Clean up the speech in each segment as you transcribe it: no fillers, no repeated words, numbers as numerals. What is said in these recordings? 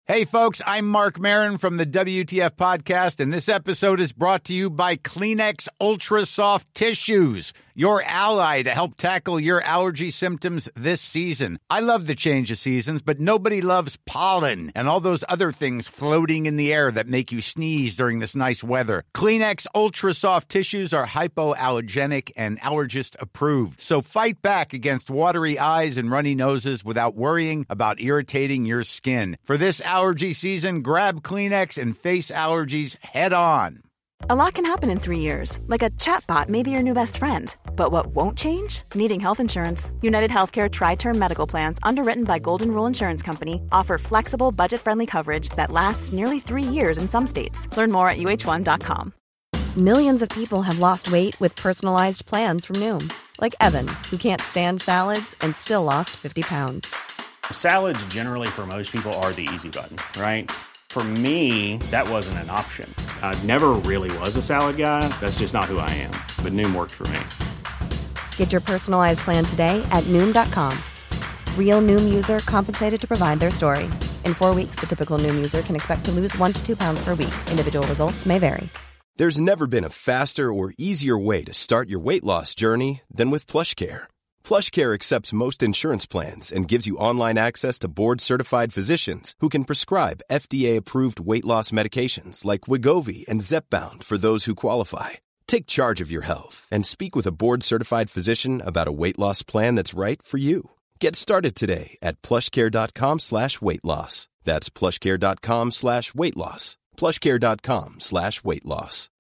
Hey, folks, I'm Mark Maron from the WTF Podcast, and this episode is brought to you by Kleenex Ultra Soft Tissues, your ally to help tackle your allergy symptoms this season. I love the change of seasons, but nobody loves pollen and all those other things floating in the air that make you sneeze during this nice weather. Kleenex Ultra Soft Tissues are hypoallergenic and allergist approved, so fight back against watery eyes and runny noses without worrying about irritating your skin. For this allergy season, grab Kleenex and face allergies head on. A lot can happen in 3 years, like a chatbot may be your new best friend. But what won't change? Needing health insurance. United Healthcare Tri-Term Medical Plans, underwritten by Golden Rule Insurance Company, offer flexible, budget-friendly coverage that lasts nearly 3 years in some states. Learn more at uh1.com. Millions of people have lost weight with personalized plans from Noom. Like Evan, who can't stand salads and still lost 50 pounds. Salads generally for most people are the easy button, right? For me, that wasn't an option. I never really was a salad guy. That's just not who I am. But Noom worked for me. Get your personalized plan today at Noom.com. Real Noom user compensated to provide their story. In 4 weeks, the typical Noom user can expect to lose 1 to 2 pounds per week. Individual results may vary. There's never been a faster or easier way to start your weight loss journey than with PlushCare. PlushCare accepts most insurance plans and gives you online access to board-certified physicians who can prescribe FDA-approved weight loss medications like Wegovy and Zepbound for those who qualify. Take charge of your health and speak with a board-certified physician about a weight loss plan that's right for you. Get started today at plushcare.com/weightloss. That's plushcare.com/weightloss. plushcare.com/weightloss.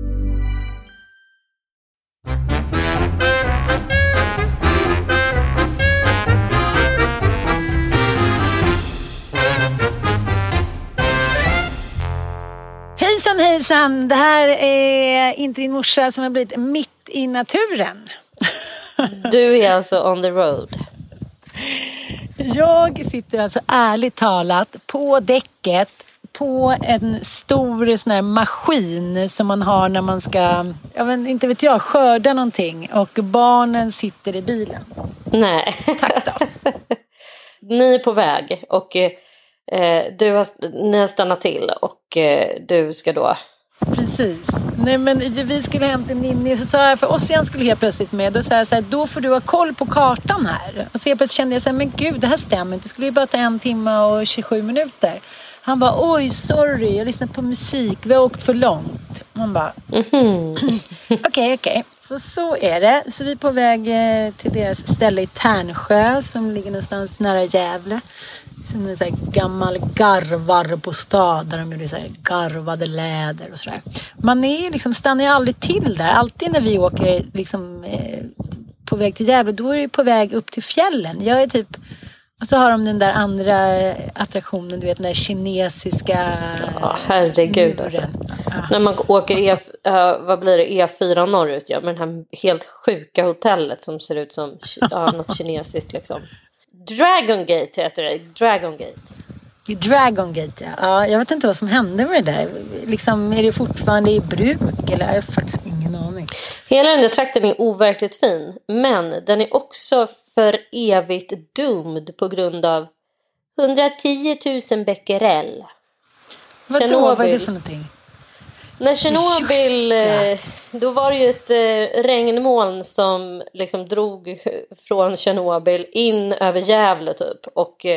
Hejsan, hejsan. Det här är inte din morsa som har blivit mitt i naturen. Du är alltså on the road. Jag sitter alltså ärligt talat på däcket på en stor sån här maskin som man har när man ska, inte vet jag, skörda någonting. Och barnen sitter i bilen. Nej. Tack då. Ni är på väg och ni har stannat till och du ska då... Precis. Nej, men vi skulle hämta Ninni. Så sa jag, för Ossian skulle helt plötsligt med. Då sa jag så här, då får du ha koll på kartan här. Och så helt plötsligt kände jag så här, men gud, det här stämmer inte. Det skulle ju bara ta 1 timme och 27 minuter. Han bara, oj, sorry, jag lyssnar på musik. Vi har åkt för långt. Man bara, okej. Så är det. Så vi är på väg till deras ställe i Tärnsjö som ligger någonstans nära Gävle. Som en sån här gammal garvarbostad där de gjorde så här garvade läder och sådär. Man är liksom, stannar ju aldrig till där. Alltid när vi åker liksom, på väg till Gävle, då är det på väg upp till fjällen. Jag är typ... Och så har de den där andra attraktionen, du vet, den där kinesiska... Ja, herregud alltså. Ja. När man åker vad blir det, E4 norrut, ja, med den här helt sjuka hotellet som ser ut som något kinesiskt liksom. Dragon Gate heter det, Dragon Gate. I Dragon Gate, ja. Ja. Jag vet inte vad som hände med det där. Liksom, är det fortfarande i bruk eller är det faktiskt ingen aning? Hela den där trakten är overkligt fin. Men den är också för evigt dömd på grund av 110 000 becquerel. Vadå? Vad är det för någonting? När Tjernobyl, då var det ju ett regnmoln som liksom drog från Tjernobyl in över Gävle typ. Och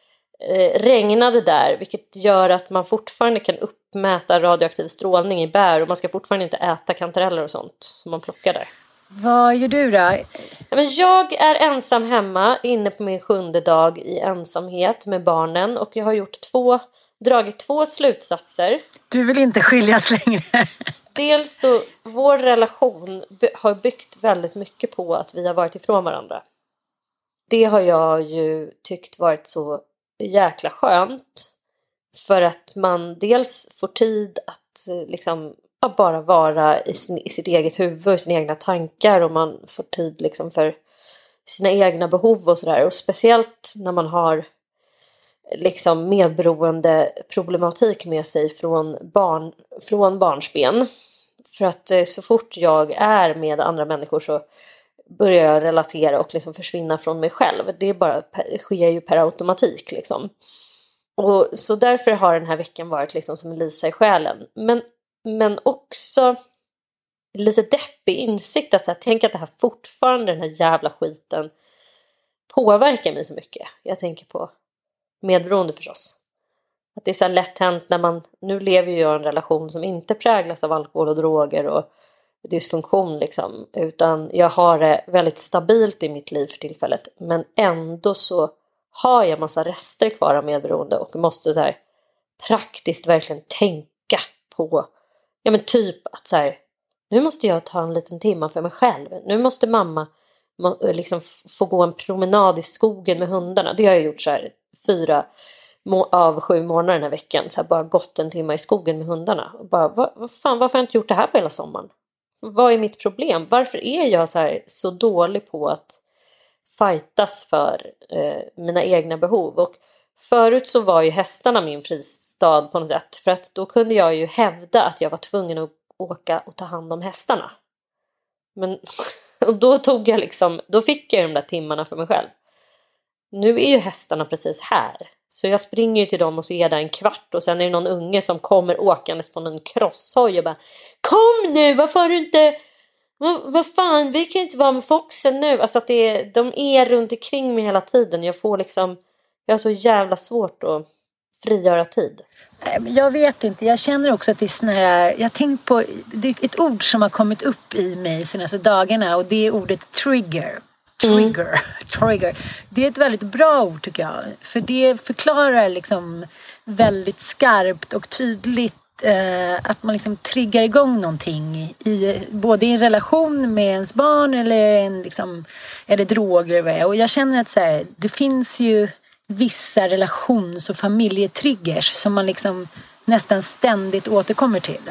regnade där, vilket gör att man fortfarande kan uppmäta radioaktiv strålning i bär. Och man ska fortfarande inte äta kantareller och sånt som man plockar där. Vad gör du då? Men jag är ensam hemma, inne på min 7:e dag i ensamhet med barnen. Och jag har dragit 2 slutsatser. Du vill inte skiljas längre. Dels så, vår relation har byggt väldigt mycket på att vi har varit ifrån varandra. Det har jag ju tyckt varit så jäkla skönt. För att man dels får tid att liksom bara vara i sitt eget huvud och sina egna tankar. Och man får tid liksom för sina egna behov och sådär. Och speciellt när man har liksom medberoende problematik med sig från barnsben. För att så fort jag är med andra människor så börjar jag relatera och liksom försvinna från mig själv. Det sker ju per automatik liksom. Och så därför har den här veckan varit liksom som Lisa i själen. Men också lite deppig insikt. Alltså jag tänker att det här fortfarande, den här jävla skiten, påverkar mig så mycket. Jag tänker på medberoende förstås. Att det är så här lätt hänt när man, nu lever ju jag i en relation som inte präglas av alkohol och droger och dysfunktion liksom. Utan jag har det väldigt stabilt i mitt liv för tillfället. Men ändå så har jag massa rester kvar av medberoende och måste så här praktiskt verkligen tänka på, ja men typ att så här, nu måste jag ta en liten timme för mig själv. Nu måste mamma liksom få gå en promenad i skogen med hundarna. Det har jag gjort så här 4 av 7 månader den här veckan. Så här bara gått en timme i skogen med hundarna. Och bara, varför har jag inte gjort det här på hela sommaren? Vad är mitt problem? Varför är jag så dålig på att fightas för mina egna behov? Och förut så var ju hästarna min fristad på något sätt. För att då kunde jag ju hävda att jag var tvungen att åka och ta hand om hästarna. Men och då fick jag de där timmarna för mig själv. Nu är ju hästarna precis här. Så jag springer ju till dem och så är där en kvart. Och sen är det någon unge som kommer åkandes på en crosshoj och bara, kom nu, varför har du inte... Vad fan, vi kan inte vara med Foxen nu. Alltså att de är runt omkring mig hela tiden. Jag har så jävla svårt att frigöra tid. Jag vet inte, jag känner också att det är sån här, jag har tänkt på, det är ett ord som har kommit upp i mig senaste dagarna och det är ordet trigger. Trigger. Det är ett väldigt bra ord tycker jag. För det förklarar liksom väldigt skarpt och tydligt att man liksom triggar igång någonting både i en relation med ens barn eller droger. Och jag känner att så här, det finns ju vissa relations- och familjetriggers som man liksom nästan ständigt återkommer till.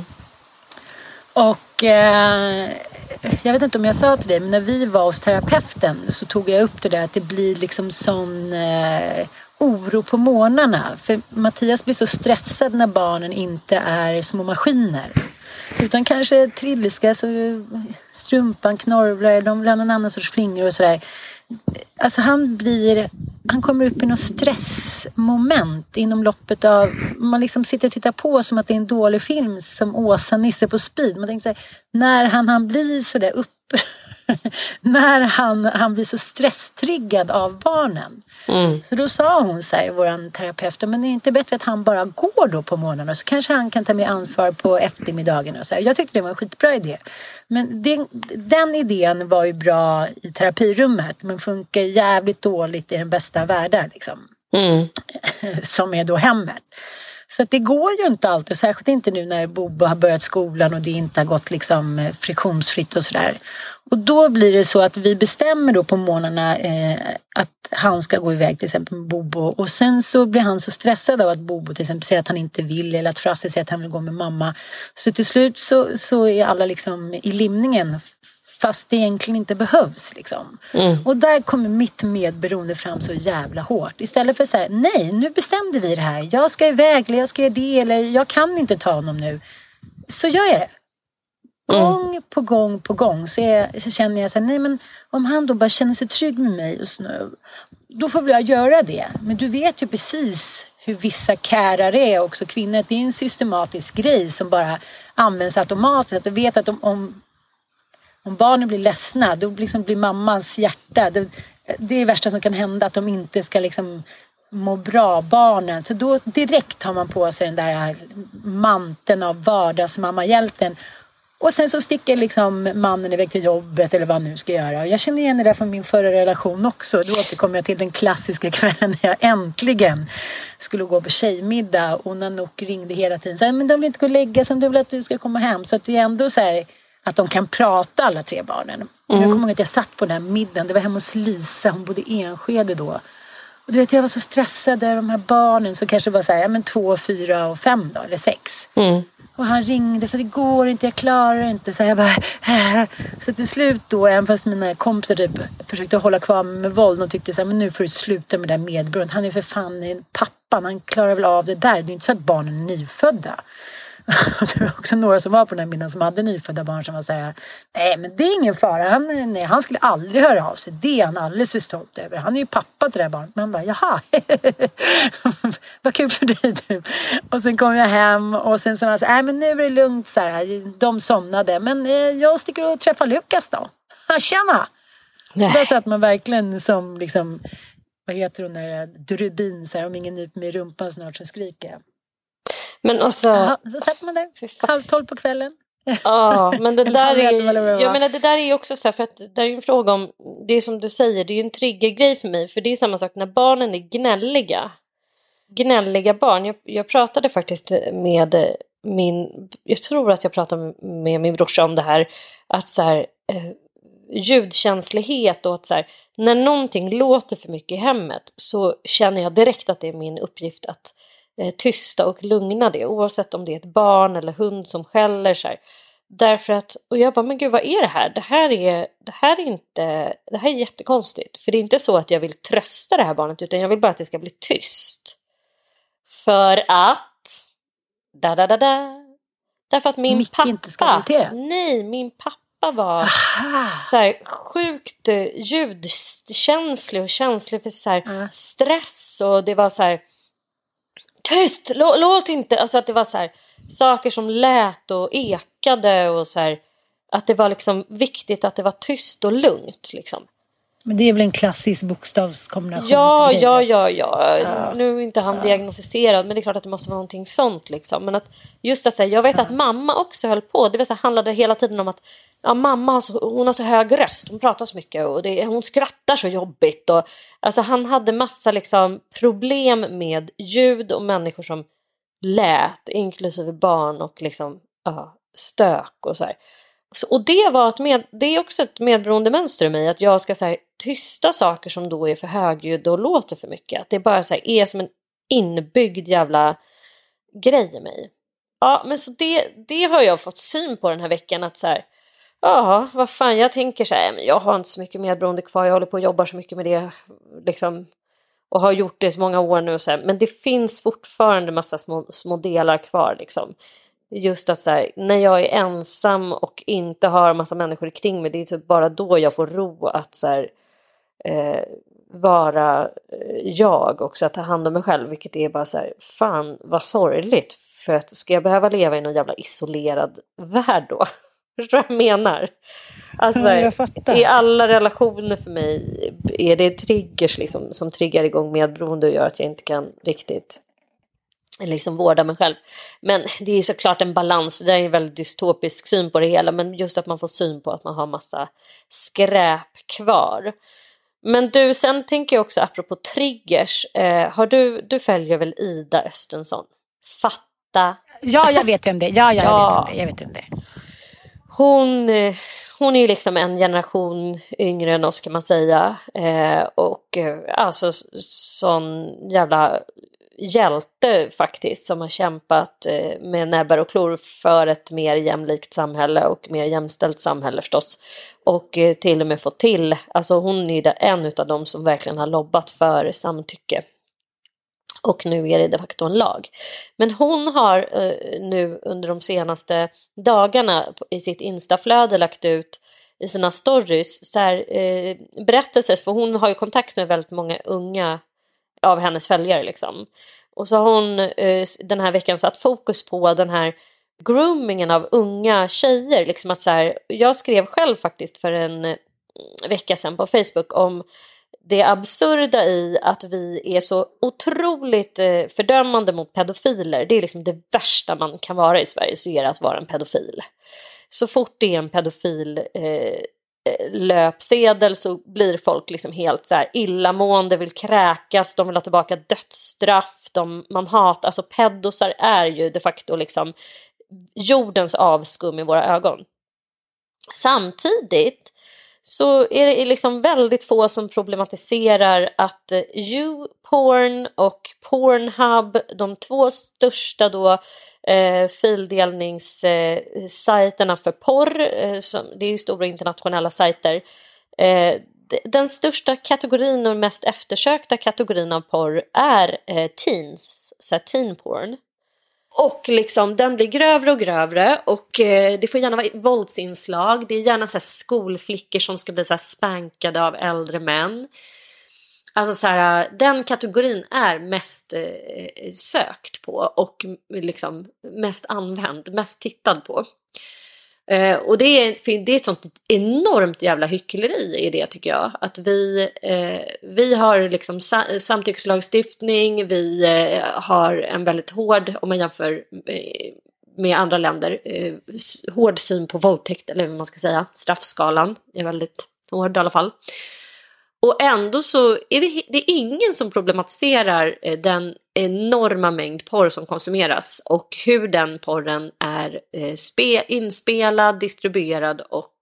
Och jag vet inte om jag sa till dig, men när vi var hos terapeuten så tog jag upp det där att det blir liksom sån oro på morgnarna. För Mattias blir så stressad när barnen inte är små maskiner. Utan kanske trilliska, så strumpan knorvlar, de vill ha någon annan sorts flingor och sådär. Alltså han kommer upp i något stressmoment inom loppet av, man liksom sitter och tittar på som att det är en dålig film som Åsa Nisse på speed. Man tänker så här, när han blir så där upp när han blir så stresstriggad av barnen. Så då sa hon så här, våran terapeut, men är det inte bättre att han bara går då på morgonen så kanske han kan ta mer ansvar på eftermiddagen och så här. Jag tyckte det var en skitbra idé. Men den idén var ju bra i terapirummet men funkar jävligt dåligt i den bästa världen liksom. Som är då hemmet. Så att det går ju inte alltid, särskilt inte nu när Bobo har börjat skolan och det inte har gått liksom friktionsfritt och sådär. Och då blir det så att vi bestämmer då på morgnarna att han ska gå iväg till exempel med Bobo. Och sen så blir han så stressad av att Bobo till exempel säger att han inte vill eller att Frasse säger att han vill gå med mamma. Så till slut så är alla liksom i limningen fast det egentligen inte behövs liksom. Och där kommer mitt medberoende fram så jävla hårt. Istället för att säga, nej, nu bestämde vi det här. Jag ska iväg, eller jag ska göra det, eller jag kan inte ta honom nu. Så gör jag det. Gång på gång så känner jag så här, nej men om han då bara känner sig trygg med mig och så, då får väl jag göra det. Men du vet ju precis hur vissa kärar är också kvinnor. Det är en systematisk grej som bara används automatiskt. Att du vet att om barnen blir ledsna, då liksom blir mammans hjärta. Det är det värsta som kan hända, att de inte ska liksom må bra, barnen. Så då direkt har man på sig den där manteln av vardagsmammahjälten. Och sen så sticker liksom mannen iväg till jobbet eller vad han nu ska göra. Och jag känner igen det där från min förra relation också. Då återkommer jag till den klassiska kvällen när jag äntligen skulle gå på tjejmiddag. Och Nanook ringde hela tiden. Så här, men de vill inte gå och lägga sig om du vill att du ska komma hem. Så att det är ändå så här att de kan prata alla 3 barnen. Jag kommer ihåg att jag satt på den här middagen. Det var hemma hos Lisa. Hon bodde i Enskede då. Och du vet, jag var så stressad över de här barnen. Så kanske det var så här, 2, 4 och 5 då. Eller 6. Och han ringde så det går inte, jag klarar inte. Så jag bara, Så till slut då, även fast mina kompisar typ försökte hålla kvar med våld. Och tyckte så här, men nu får du sluta med det där medberoendet. Han är för fan en pappan, han klarar väl av det där. Det är inte så att barnen är nyfödda. Det var också några som var på den här middagen som hade nyfödda barn som var så här: nej men det är ingen fara, han skulle aldrig höra av sig, det är han alldeles för stolt över, han är ju pappa till det här barnet. Men han bara, jaha, vad kul för dig du. Och sen kom jag hem och sen så var jag så här, nej men nu är det lugnt så här, de somnade, men jag sticker och träffar Lukas då. Tjena! Då satt man verkligen som liksom, vad heter hon när Drubin så här, om ingen nyp mig i rumpan snart så skriker jag. Men alltså, så satt man där 11:30 på kvällen. Ja, men det där är, jag menar det där är ju också så här, för att det är ju en fråga om, det är som du säger, det är ju en triggergrej för mig, för det är samma sak när barnen är gnälliga barn. Jag pratade faktiskt med jag tror att jag pratade med min brorsa om det här, att så här, ljudkänslighet och att så här, när någonting låter för mycket i hemmet så känner jag direkt att det är min uppgift att tysta och lugna det, oavsett om det är ett barn eller hund som skäller så här. Därför att, och jag bara, men gud, vad är det här? Det här är jättekonstigt, för det är inte så att jag vill trösta det här barnet, utan jag vill bara att det ska bli tyst. För att därför att min Micke pappa inte ska irritera. Nej, min pappa var så här sjukt ljudkänslig och känslig för så här stress, och det var så här tyst, låt inte, alltså att det var så här saker som lät och ekade och så här, att det var liksom viktigt att det var tyst och lugnt liksom. Men det är väl en klassisk bokstavskombination. Ja. Nu är inte han diagnostiserad, men det är klart att det måste vara någonting sånt liksom. Men att just att säga, jag vet att mamma också höll på. Det var så här, handlade hela tiden om att mamma hon har så hög röst, hon pratar så mycket och hon skrattar så jobbigt, och alltså han hade massa liksom problem med ljud och människor som lät, inklusive barn och liksom stök och så här. Och det är också ett medberoende mönster i mig, att jag ska så här, tysta saker som då är för högljudd och låter för mycket. Att det bara så här, är som en inbyggd jävla grej i mig. Ja, men så det har jag fått syn på den här veckan, att så här, vad fan, jag tänker så här, men jag har inte så mycket medberoende kvar, jag håller på och jobbar så mycket med det liksom, och har gjort det i så många år nu och så här, men det finns fortfarande massa små delar kvar liksom. Just att så här, när jag är ensam och inte har en massa människor kring mig, det är typ bara då jag får ro att så här, vara jag också, att ta hand om mig själv, vilket är bara så här, fan vad sorgligt, för att ska jag behöva leva i någon jävla isolerad värld då? Förstår du vad jag menar? Alltså, jag fattar. I alla relationer för mig är det triggers liksom, som triggar igång medberoende och gör att jag inte kan riktigt liksom vårda mig själv. Men det är såklart en balans. Det är en väldigt dystopisk syn på det hela, men just att man får syn på att man har massa skräp kvar. Men du, sen tänker jag också apropå triggers, du följer väl Ida Östensson? Fatta. Ja, jag vet vem det är. Jag vet vem det är. Hon är ju liksom en generation yngre än oss, kan man säga. Och alltså sån jävla hjälte faktiskt, som har kämpat med näbbar och klor för ett mer jämlikt samhälle och mer jämställt samhälle förstås. Och till och med fått till, alltså hon är en av dem som verkligen har lobbat för samtycke. Och nu är det de facto en lag. Men hon har nu under de senaste dagarna i sitt Instaflöde lagt ut i sina stories så här, berättelser. För hon har ju kontakt med väldigt många unga av hennes följare liksom. Och så har hon den här veckan satt fokus på den här groomingen av unga tjejer. Liksom att så här, jag skrev själv faktiskt för en vecka sedan på Facebook om det absurda i att vi är så otroligt fördömande mot pedofiler. Det är liksom det värsta man kan vara i Sverige, så är det att vara en pedofil. Så fort det är en pedofil löpsedel så blir folk liksom helt så här illamående, vill kräkas, de vill ha tillbaka dödsstraff, man hatar, alltså pedosar är ju de facto liksom jordens avskum i våra ögon. Samtidigt så är det liksom väldigt få som problematiserar att YouPorn och Pornhub, de två största då fildelningssajterna för porr, det är ju stora internationella sajter, den största kategorin och mest eftersökta kategorin av porr är teens, så teen porn. Och liksom, den blir grövre och grövre. Och det får gärna vara våldsinslag. Det är gärna så här skolflickor som ska bli så här spankade av äldre män. Alltså så här, den kategorin är mest sökt på. Och liksom mest använd, mest tittad på. Och det är ett sånt enormt jävla hyckleri i det, tycker jag. Att vi har liksom samtyckslagstiftning, vi har en väldigt hård, om man jämför med andra länder, hård syn på våldtäkt, eller vad man ska säga. Straffskalan är väldigt hård i alla fall. Och ändå så är det är ingen som problematiserar den enorma mängd porr som konsumeras och hur den porren är inspelad, distribuerad och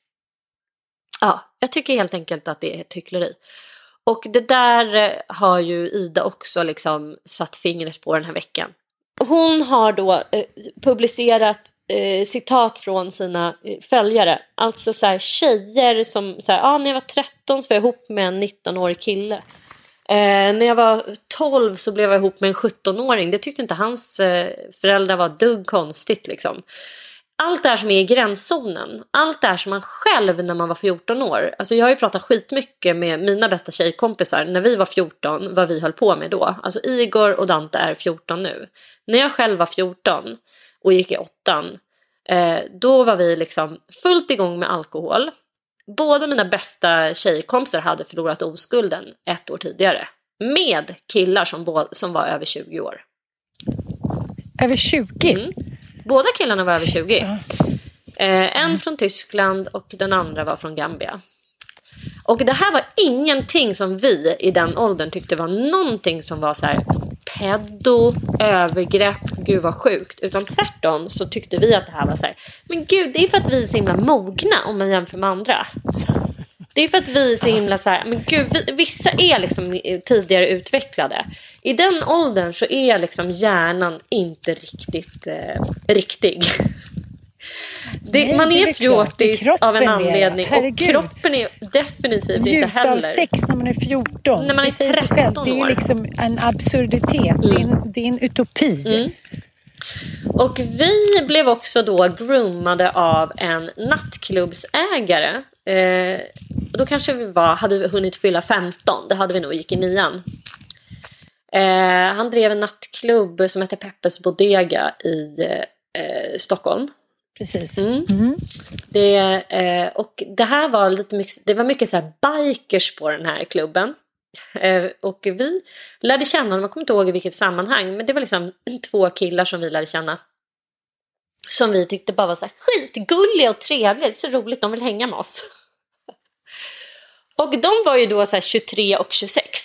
jag tycker helt enkelt att det är ett hyckleri. Och det där har ju Ida också liksom satt fingret på den här veckan. Hon har då publicerat citat från sina följare. Alltså så här, tjejer som så här, när jag var 13 så var jag ihop med en 19-årig kille. När jag var 12 så blev jag ihop med en 17-åring. Det tyckte inte hans föräldrar var dugg konstigt liksom. Allt det här som är i gränszonen. Allt det här som man själv när man var 14 år. Alltså jag har ju pratat skitmycket med mina bästa tjejkompisar när vi var 14. Vad vi höll på med då. Alltså Igor och Dante är 14 nu. När jag själv var 14 och gick i 8:an. Då var vi liksom fullt igång med alkohol. Båda mina bästa tjejkompisar hade förlorat oskulden 1 år tidigare. Med killar som var över 20 år. Över 20? Mm. Båda killarna var över 20. En från Tyskland och den andra var från Gambia. Och det här var ingenting som vi i den åldern tyckte var någonting som var så här pedo, övergrepp, gud vad sjukt. Utan tvärtom så tyckte vi att det här var så här, men gud, det är för att vi är så himla mogna om man jämför med andra. Det är för att vi är så himla så här, men gud, vissa är liksom tidigare utvecklade. I den åldern så är liksom hjärnan inte riktigt riktig. Man är fjortis av en anledning och kroppen är definitivt inte heller. Njut av sex när man är 14. När man är 13 år. Det är ju liksom en absurditet. Det är en utopi. Mm. Och vi blev också då groomade av en nattklubbsägare. Och då kanske hade hunnit fylla 15. Det hade vi nog, gick i 9:an. Han drev en nattklubb som heter Peppes Bodega i Stockholm. Precis. Och det här var det var mycket så här bikers på den här klubben. Och vi lärde känna, man kommer inte ihåg i vilket sammanhang, men det var liksom 2 killar som vi lärde känna. Som vi tyckte bara var så här skitgulliga och trevliga. Det är så roligt, de vill hänga med oss. Och de var ju då så här 23 och 26.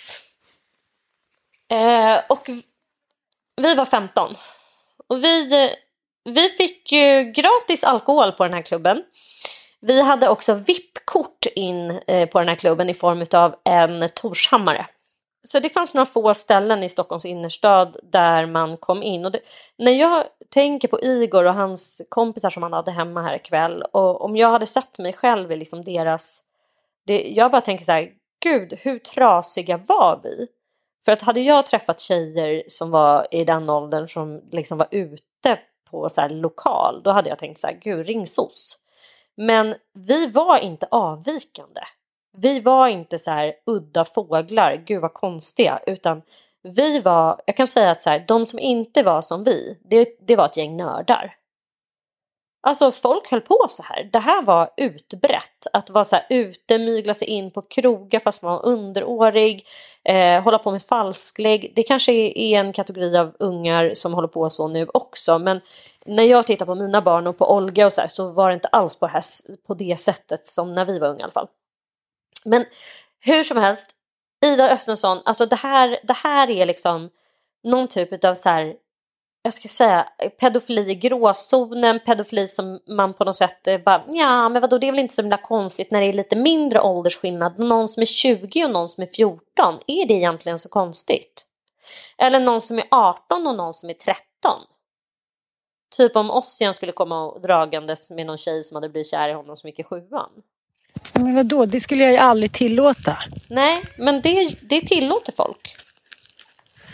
Och vi var 15. Och vi fick ju gratis alkohol på den här klubben. Vi hade också VIP-kort in på den här klubben i form av en Torshammare. Så det fanns några få ställen i Stockholms innerstad där man kom in. Och när jag tänker på Igor och hans kompisar som han hade hemma här ikväll. Och om jag hade sett mig själv i liksom jag bara tänker så här, gud, hur trasiga var vi? För att hade jag träffat tjejer som var i den åldern som liksom var ute på så här lokal, då hade jag tänkt så här, gud, ring SOS. Men vi var inte avvikande. Vi var inte så här udda fåglar, gud vad konstiga, utan vi var, jag kan säga att så här, de som inte var som vi, det var ett gäng nördar. Alltså folk höll på så här. Det här var utbrett. Att vara så här ute, mygla sig in på krogar fast man var underårig. Hålla på med falsklägg. Det kanske är en kategori av ungar som håller på så nu också. Men när jag tittar på mina barn och på Olga och så var det inte alls på det sättet som när vi var unga i alla fall. Men hur som helst, Ida Östensson, alltså det här är liksom någon typ av så här, jag ska säga, pedofili i gråzonen, pedofili som man på något sätt bara, ja men vadå, det är väl inte så himla konstigt när det är lite mindre åldersskillnad. Någon som är 20 och någon som är 14, är det egentligen så konstigt? Eller någon som är 18 och någon som är 13. Typ om Ossian skulle komma och dragandes med någon tjej som hade blivit kär i honom som gick i 7:an. Men vadå, det skulle jag ju aldrig tillåta. Nej, men det tillåter folk.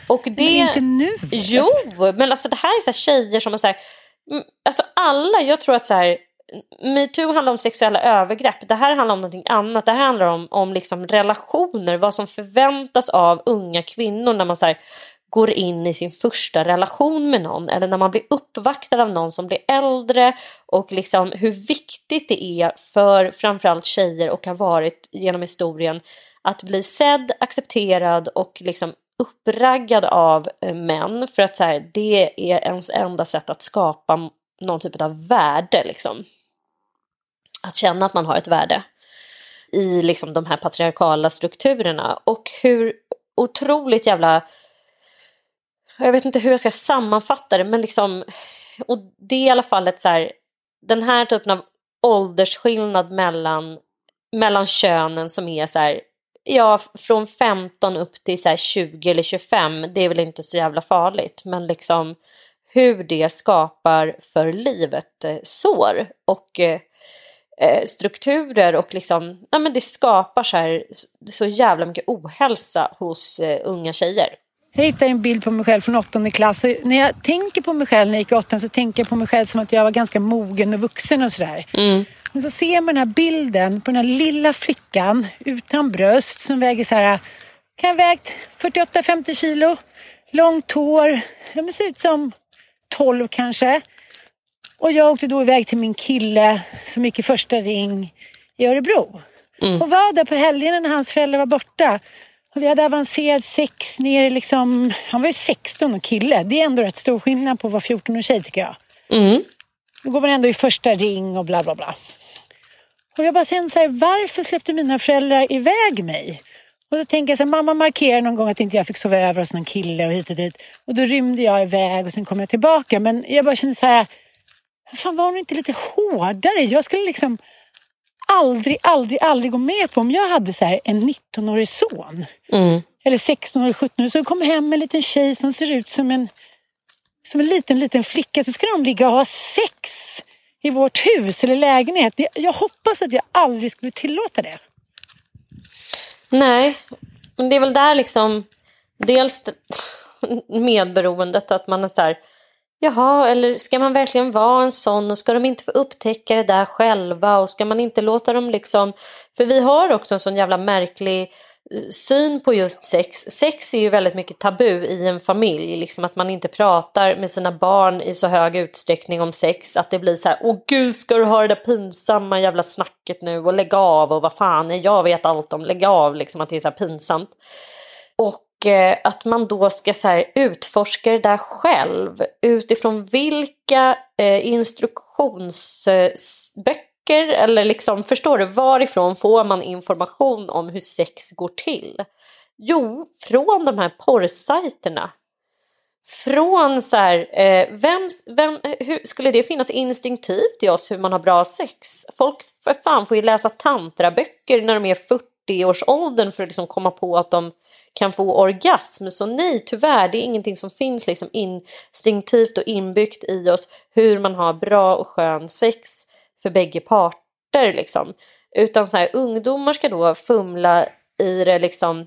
Och det... Men inte nu. Jo, men alltså det här är så här tjejer som är så här... Alltså alla, jag tror att så här... MeToo handlar om sexuella övergrepp. Det här handlar om någonting annat. Det här handlar om liksom relationer. Vad som förväntas av unga kvinnor när man så här går in i sin första relation med någon. Eller när man blir uppvaktad av någon som blir äldre. Och liksom hur viktigt det är för framförallt tjejer och har varit genom historien. Att bli sedd, accepterad och liksom uppraggad av män. För att så här, det är ens enda sätt att skapa någon typ av värde liksom. Att känna att man har ett värde i liksom de här patriarkala strukturerna. Och hur otroligt jävla... Jag vet inte hur jag ska sammanfatta det, men liksom... Och det är i alla fall ett så här... Den här typen av åldersskillnad mellan könen som är så här... Ja, från 15 upp till så här 20 eller 25. Det är väl inte så jävla farligt. Men liksom hur det skapar för livet sår. Och... strukturer och liksom, ja, men det skapar så jävla mycket ohälsa hos unga tjejer. Jag hittade en bild på mig själv från 8:e klass. Och när jag tänker på mig själv när jag gick i 8:an så tänker jag på mig själv som att jag var ganska mogen och vuxen och sådär. Men så ser man den här bilden på den här lilla flickan utan bröst som väger så här, kan ha vägt 48-50 kilo, långt hår, det ser ut som 12 kanske. Och jag åkte då iväg till min kille som gick i första ring i Örebro. Och var där på helgen när hans föräldrar var borta. Och vi hade avancerat sex ner liksom... Han var ju 16 och kille. Det är ändå rätt stor skillnad på att vara 14 och tjej tycker jag. Då går man ändå i första ring och bla bla bla. Och jag bara kände så här, varför släppte mina föräldrar iväg mig? Och då tänker jag så här, mamma markerade någon gång att inte jag fick sova över hos någon kille och hit och dit. Och då rymde jag iväg och sen kom jag tillbaka. Men jag bara kände så här... Fan, var hon inte lite hårdare? Jag skulle liksom aldrig gå med på om jag hade så här en 19-årig son. Eller 16-årig, 17-årig. Så kom hem med en liten tjej som ser ut som en liten flicka. Så ska de ligga och ha sex i vårt hus eller lägenhet. Jag hoppas att jag aldrig skulle tillåta det. Nej, men det är väl där liksom dels medberoendet att man är så här... Jaha, eller ska man verkligen vara en sån och ska de inte få upptäcka det där själva och ska man inte låta dem liksom... För vi har också en sån jävla märklig syn på just sex. Sex är ju väldigt mycket tabu i en familj, liksom att man inte pratar med sina barn i så hög utsträckning om sex. Att det blir så här, åh gud ska du ha det där pinsamma jävla snacket nu och lägga av och vad fan, jag vet allt om, lägga av liksom att det är så här pinsamt. Och att man då ska så här utforska det där själv utifrån vilka instruktionsböcker eller liksom, förstår du, varifrån får man information om hur sex går till? Jo, från de här porrsajterna. Från så här, hur skulle det finnas instinktivt i oss hur man har bra sex? Folk för fan får ju läsa tantraböcker när de är 40-årsåldern för att liksom komma på att de kan få orgasm. Så nej, tyvärr, det är ingenting som finns liksom instinktivt och inbyggt i oss hur man har bra och skön sex för bägge parter liksom. Utan så här, ungdomar ska då fumla i det liksom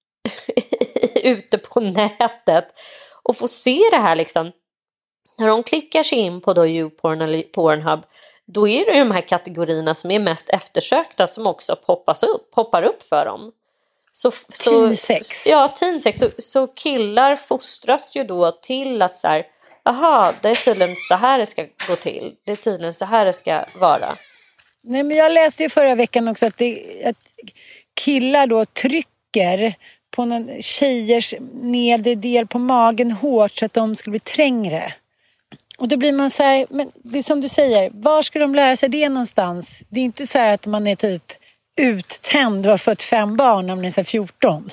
ute på nätet och få se det här liksom. När de klickar sig in på då YouPorn eller Pornhub, då är det de här kategorierna som är mest eftersökta som också poppar upp för dem. Teensex. Ja, teensex. Så killar fostras ju då till att så här, aha, det är tydligen så här det ska gå till. Det är tydligen så här det ska vara. Nej, men jag läste ju förra veckan också att killar då trycker på någon tjejers nedre del på magen hårt så att de skulle bli trängre. Och då blir man så här, men det är som du säger, var ska de lära sig det någonstans? Det är inte så här att man är typ uttänd och har fått 5 barn när man är så 14.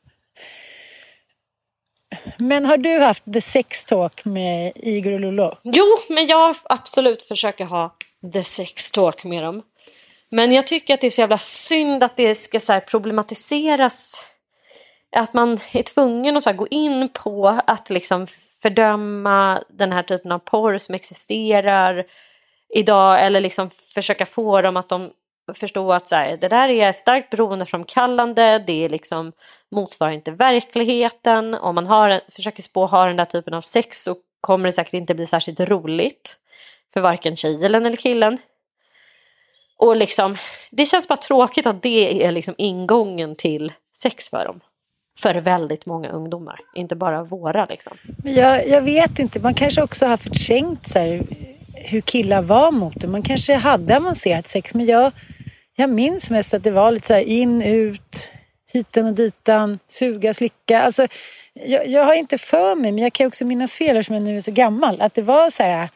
Men har du haft the sex talk med Igor och Lolo? Jo, men jag absolut försöker ha the sex talk med dem. Men jag tycker att det är så jävla synd att det ska så här problematiseras. Att man är tvungen att så här gå in på att liksom fördöma den här typen av porr som existerar idag. Eller liksom försöka få dem att de förstå att så här, det där är starkt beroendeframkallande, det är liksom, motsvarar inte verkligheten. Om man försöker ha den där typen av sex så kommer det säkert inte bli särskilt roligt för varken tjejen eller killen. Och liksom, det känns bara tråkigt att det är liksom ingången till sex för dem. För väldigt många ungdomar, inte bara våra liksom. Men jag vet inte, man kanske också har förträngt så här, hur killar var mot det. Man kanske hade avancerat sex, men jag minns mest att det var lite så här in, ut, hiten och ditan, suga, slicka. Alltså, jag har inte för mig, men jag kan också minnas fel som jag nu är så gammal, att det var så här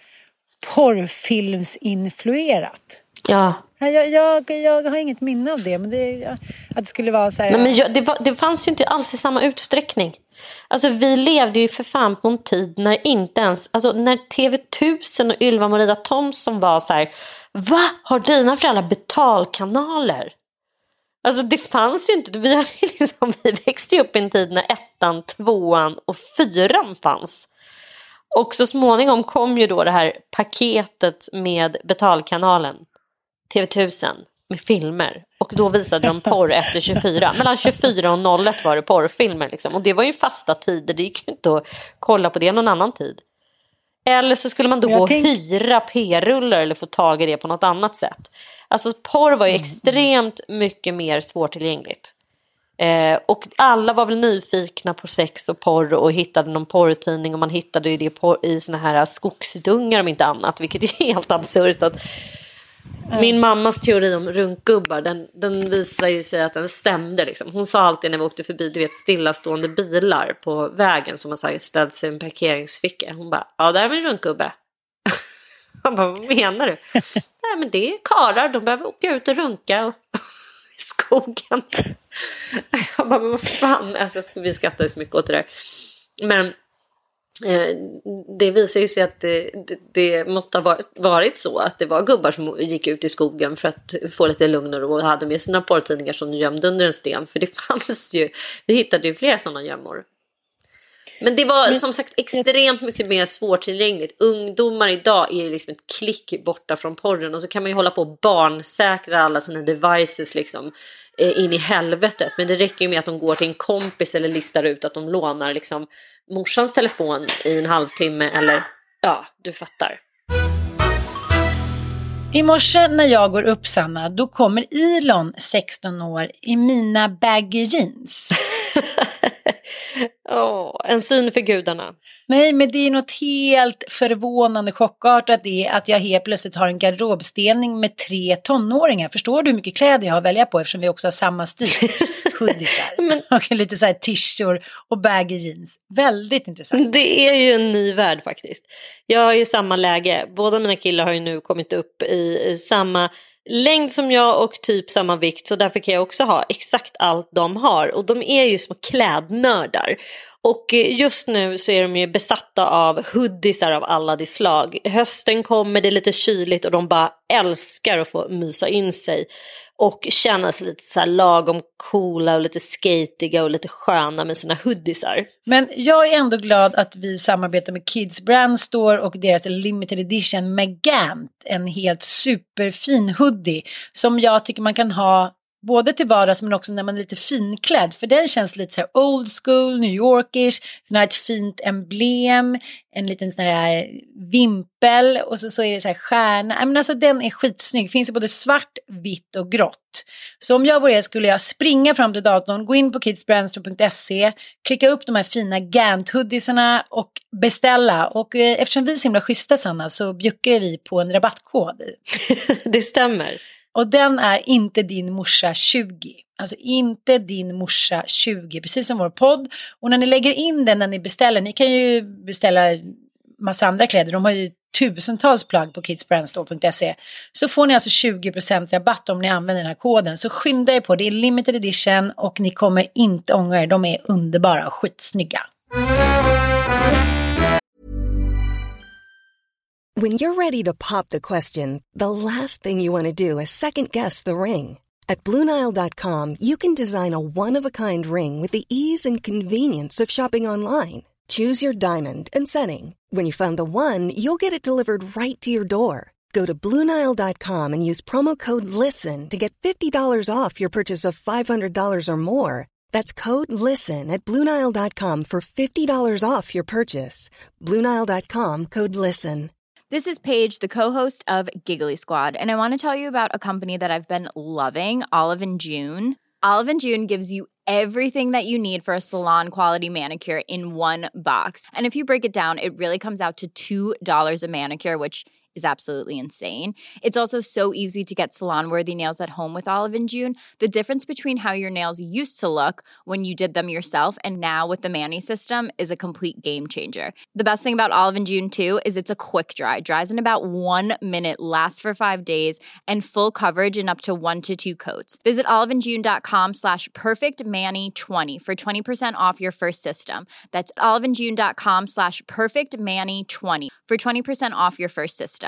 porrfilmsinfluerat. Ja. Jag har inget minne av det, men att det skulle vara så här. Nej, men det fanns ju inte alls i samma utsträckning. Alltså vi levde ju för fan på en tid när inte ens, alltså när TV1000 och Ylva Maria Thomsson var så här: va? Har dina föräldrar betalkanaler? Alltså det fanns ju inte. Vi växte ju upp i en tid när 1:an, 2:an och 4:an fanns. Och så småningom kom ju då det här paketet med betalkanalen TV1000 med filmer. Och då visade de porr efter 24. Mellan 24 och 01 var det porrfilmer liksom. Och det var ju fasta tider. Det gick ju inte att kolla på det någon annan tid. Eller så skulle man då gå och hyra p-rullar eller få tag i det på något annat sätt. Alltså porr var ju extremt mycket mer svårtillgängligt. Och alla var väl nyfikna på sex och porr och hittade någon porrtidning. Och man hittade ju det i såna här skogsdungar om inte annat. Vilket är helt absurt att... Min mammas teori om runkgubbar, den visar ju sig att den stämde liksom. Hon sa alltid när vi åkte förbi, du vet, stillastående bilar på vägen som har ställt sig i en parkeringsficka. Hon bara, ja, där är en runkgubbe. Han bara, vad menar du? Nej, men det är karar, de behöver åka ut och runka i skogen. Jag bara, men vad fan, alltså, vi skrattar så mycket åt det där. Men det visar ju sig att det måste ha varit så att det var gubbar som gick ut i skogen för att få lite lugn och ro och hade med sina porrtidningar som gömde under en sten. För det fanns ju, vi hittade ju flera sådana gömmor. Men det var som sagt extremt mycket mer svårtillgängligt. Ungdomar idag är liksom ett klick borta från porren. Och så kan man ju hålla på och barnsäkra alla sina devices liksom in i helvetet. Men det räcker ju med att de går till en kompis eller listar ut att de lånar liksom morsans telefon i en halvtimme. Eller ja, du fattar. I morse när jag går upp, Sanna, då kommer Elon, 16 år, i mina baggy jeans. En syn för gudarna. Nej, men det är något helt förvånande chockartat det att jag helt plötsligt har en garderobsdelning med 3 tonåringar. Förstår du hur mycket kläder jag har att välja på eftersom vi också har samma stil? Hoodiesar och lite så här t-shirt och baggy jeans. Väldigt intressant. Det är ju en ny värld faktiskt. Jag har ju samma läge. Båda mina killar har ju nu kommit upp i samma längd som jag och typ samma vikt. Så därför kan jag också ha exakt allt de har. Och de är ju små klädnördar. Och just nu så är de ju besatta av hoodiesar av alla de slag. Hösten kommer, det är lite kyligt och de bara älskar att få mysa in sig. Och känna sig lite så här lagom coola och lite skatiga och lite sköna med sina hoodiesar. Men jag är ändå glad att vi samarbetar med Kids Brand Store och deras limited edition Megant. En helt superfin hoodie som jag tycker man kan ha både till vardags men också när man är lite finklädd. För den känns lite så här old school, New Yorkish. Den har ett fint emblem, en liten sån här vimpel och så är det så här stjärna. Men alltså den är skitsnygg. Finns i både svart, vitt och grått. Så om jag var er skulle jag springa fram till datorn, gå in på kidsbrandstore.se, klicka upp de här fina Gant-hoodiesarna och beställa. Och eftersom vi är så himla schyssta, Sanna, så bjuckar vi på en rabattkod. Det stämmer. Och den är inte din morsa 20. Alltså inte din morsa 20. Precis som vår podd. Och när ni lägger in den när ni beställer. Ni kan ju beställa massa andra kläder. De har ju tusentals plagg på kidsbrandstore.se. Så får ni alltså 20% rabatt om ni använder den här koden. Så skynda er på. Det är limited edition. Och ni kommer inte ångra er. De är underbara och skitsnygga. When you're ready to pop the question, the last thing you want to do is second-guess the ring. At BlueNile.com, you can design a one-of-a-kind ring with the ease and convenience of shopping online. Choose your diamond and setting. When you find the one, you'll get it delivered right to your door. Go to BlueNile.com and use promo code LISTEN to get $50 off your purchase of $500 or more. That's code LISTEN at BlueNile.com for $50 off your purchase. BlueNile.com, code LISTEN. This is Paige, the co-host of Giggly Squad, and I want to tell you about a company that I've been loving, Olive & June. Olive & June gives you everything that you need for a salon-quality manicure in one box. And if you break it down, it really comes out to $2 a manicure, which is absolutely insane. It's also so easy to get salon-worthy nails at home with Olive & June. The difference between how your nails used to look when you did them yourself and now with the Mani system is a complete game changer. The best thing about Olive & June, too, is it's a quick dry. Dries in about 1 minute, lasts for 5 days, and full coverage in up to 1 to 2 coats. Visit oliveandjune.com/perfectmani20 for 20% off your first system. That's oliveandjune.com/perfectmani20 for 20% off your first system.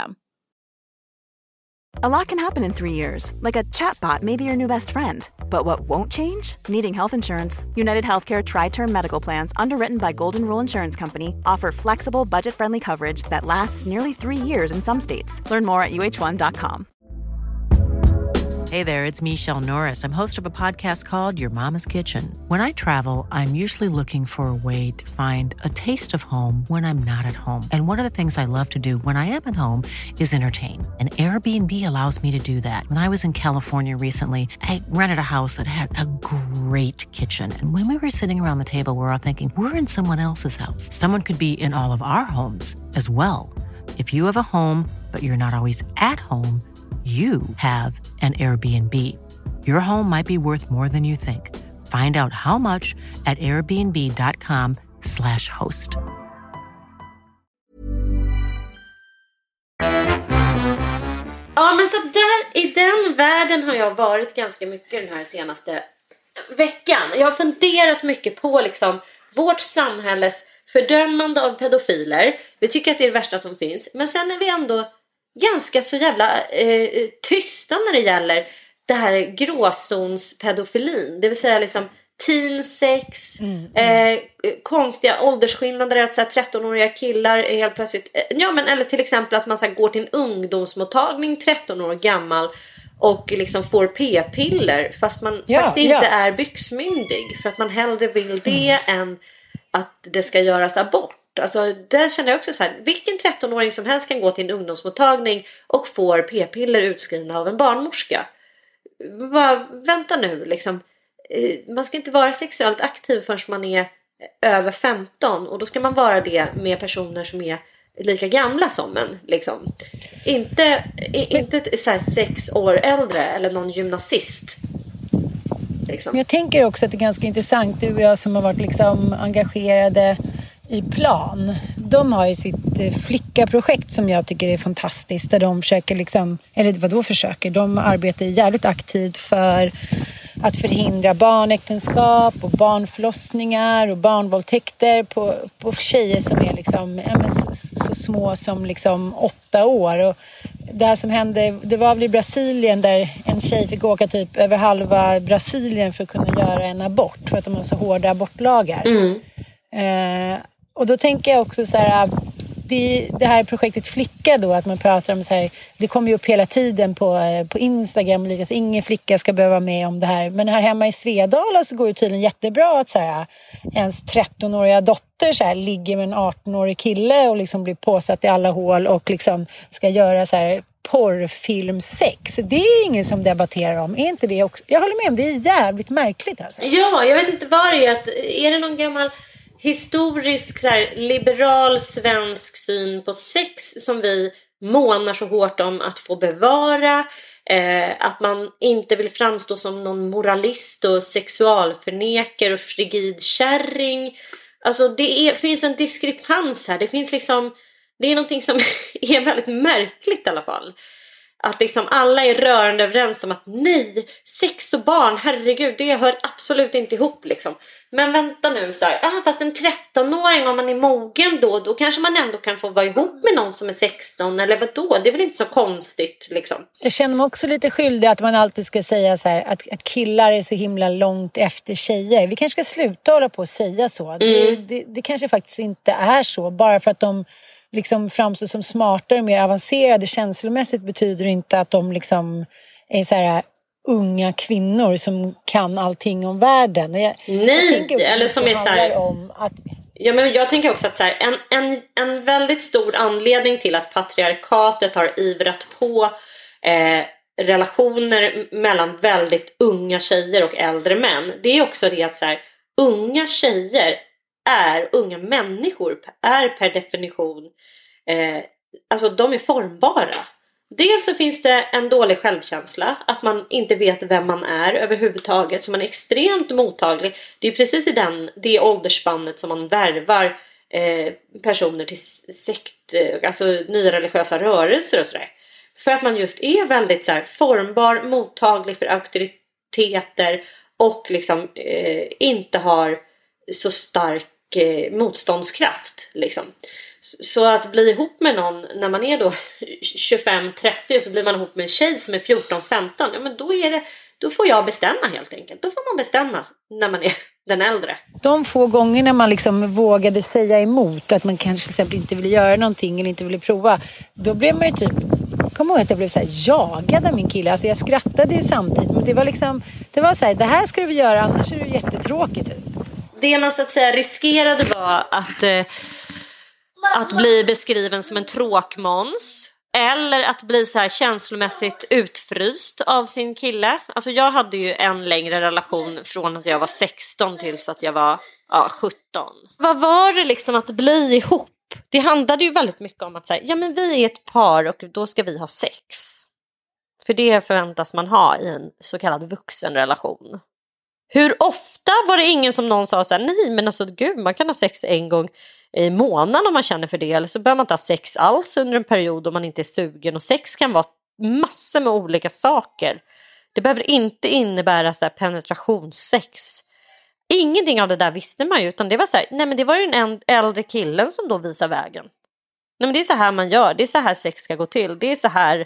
A lot can happen in 3 years, like a chatbot may be your new best friend. But what won't change? Needing health insurance. United Healthcare Tri-Term Medical Plans, underwritten by Golden Rule Insurance Company, offer flexible, budget-friendly coverage that lasts nearly 3 years in some states. Learn more at uh1.com. Hey there, it's Michelle Norris. I'm host of a podcast called Your Mama's Kitchen. When I travel, I'm usually looking for a way to find a taste of home when I'm not at home. And one of the things I love to do when I am at home is entertain. And Airbnb allows me to do that. When I was in California recently, I rented a house that had a great kitchen. And when we were sitting around the table, we're all thinking, we're in someone else's house. Someone could be in all of our homes as well. If you have a home, but you're not always at home, you have an Airbnb. Your home might be worth more than you think. Find out how much at airbnb.com/host. Ja, men så där, i den världen har jag varit ganska mycket den här senaste veckan. Jag har funderat mycket på liksom vårt samhälles fördömande av pedofiler. Vi tycker att det är det värsta som finns. Men sen är vi ändå ganska så jävla tysta när det gäller det här gråzonspedofilin. Det vill säga liksom teensex, konstiga åldersskillnader, att så här 13-åriga killar är helt plötsligt, eller till exempel att man så här går till en ungdomsmottagning 13 år gammal och liksom får p-piller fast man faktiskt inte är byxmyndig, för att man hellre vill det än att det ska göras abort. Alltså där känner jag också så här, vilken 13-åring som helst kan gå till en ungdomsmottagning och får p-piller utskrivna av en barnmorska. Bara, vänta nu liksom. Man ska inte vara sexuellt aktiv förrän man är över 15, och då ska man vara det med personer som är lika gamla som en liksom. Inte så här 6 år äldre eller någon gymnasist. Liksom. Jag tänker också att det är ganska intressant, du och jag som har varit liksom engagerade i Plan. De har ju sitt flickaprojekt som jag tycker är fantastiskt, där de försöker liksom, eller vadå försöker, de arbetar jävligt aktivt för att förhindra barnäktenskap och barnförlossningar och barnvåldtäkter på tjejer som är liksom, så små som liksom 8 år. Och det här som hände, det var väl i Brasilien där en tjej fick åka typ över halva Brasilien för att kunna göra en abort, för att de har så hårda abortlagar. Och då tänker jag också så här, det här projektet Flicka då, att man pratar om så här, det kommer ju upp hela tiden på Instagram, liksom, ingen flicka ska behöva med om det här. Men här hemma i Svedala så går det tydligen jättebra att så här, ens 13-åriga dotter så här, ligger med en 18-årig kille och liksom blir påsatt i alla hål och liksom ska göra så här porrfilmsex. Det är ingen som debatterar om. Är inte det också? Jag håller med om, det är jävligt märkligt alltså. Ja, jag vet inte vad det är. Är det någon gammal historisk så här, liberal svensk syn på sex som vi månar så hårt om att få bevara, att man inte vill framstå som någon moralist och sexualförnekare och frigid kärring. Alltså finns en diskrepans här. Det finns liksom, det är någonting som är väldigt märkligt i alla fall. Att liksom alla är rörande överens om att nej, sex och barn, herregud, det hör absolut inte ihop liksom. Men vänta nu så här, fast en 13-åring, om man är mogen då kanske man ändå kan få vara ihop med någon som är 16, eller vadå? Det är väl inte så konstigt liksom. Jag känner mig också lite skyldig att man alltid ska säga så här, att killar är så himla långt efter tjejer. Vi kanske ska sluta hålla på och säga så. Det kanske faktiskt inte är så, bara för att de liksom framstår som smartare och mer avancerade känslomässigt betyder inte att de liksom är så här unga kvinnor som kan allting om världen. Nej, eller som är så här... Ja, men jag tänker också att så här, en väldigt stor anledning till att patriarkatet har ivrat på relationer mellan väldigt unga tjejer och äldre män. Det är också det att så här, unga tjejer unga människor är per definition alltså de är formbara. Dels så finns det en dålig självkänsla, att man inte vet vem man är överhuvudtaget, så man är extremt mottaglig. Det är precis i det åldersspannet som man värvar personer till sekt, alltså nya religiösa rörelser och sådär. För att man just är väldigt så här, formbar, mottaglig för auktoriteter och liksom inte har så stark motståndskraft liksom. Så att bli ihop med någon när man är då 25-30 och så blir man ihop med en tjej som är 14-15, ja men då får jag bestämma helt enkelt. Då får man bestämma när man är den äldre. De få gånger när man liksom vågade säga emot, att man kanske till exempel inte ville göra någonting eller inte ville prova, då blev man ju typ, kom ihåg att jag blev så här jagad av min kille. Alltså jag skrattade ju samtidigt, men det var liksom, det var så här, det här ska du göra, annars är det jättetråkigt typ. Det man så att säga riskerade var att bli beskriven som en tråkmåns. Eller att bli så här känslomässigt utfryst av sin kille. Alltså jag hade ju en längre relation från att jag var 16 tills att jag var 17. Vad var det liksom att bli ihop? Det handlade ju väldigt mycket om att säga, ja men vi är ett par och då ska vi ha sex. För det förväntas man ha i en så kallad vuxenrelation. Hur ofta var det ingen som någon sa så här, nej men alltså gud, man kan ha sex en gång i månaden om man känner för det. Eller så behöver man inte ha sex alls under en period om man inte är sugen. Och sex kan vara massor med olika saker. Det behöver inte innebära så här penetrationssex. Ingenting av det där visste man ju. Utan det var så här, nej men det var ju den äldre killen som då visar vägen. Nej men det är så här man gör. Det är så här sex ska gå till. Det är så här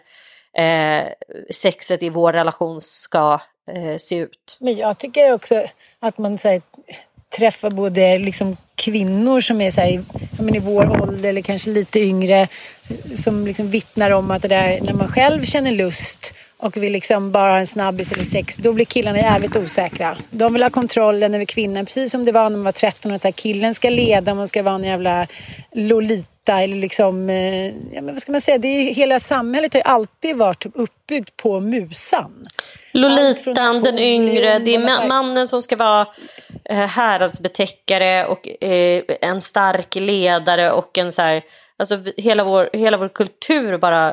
sexet i vår relation ska se ut. Men jag tycker också att man så här, träffar både liksom kvinnor som är så här, i vår ålder eller kanske lite yngre, som liksom vittnar om att det där, när man själv känner lust och vill liksom bara ha en snabbis eller sex, då blir killarna jävligt osäkra. De vill ha kontrollen över kvinnan, precis som det var när man var 13, att så här, killen ska leda, man ska vara en jävla lolita eller liksom, ja men vad ska man säga, det är, hela samhället har ju alltid varit uppbyggt på musan. Lolitan, den yngre, det är mannen som ska vara häradsbetäckare och en stark ledare och en så här, alltså hela vår kultur bara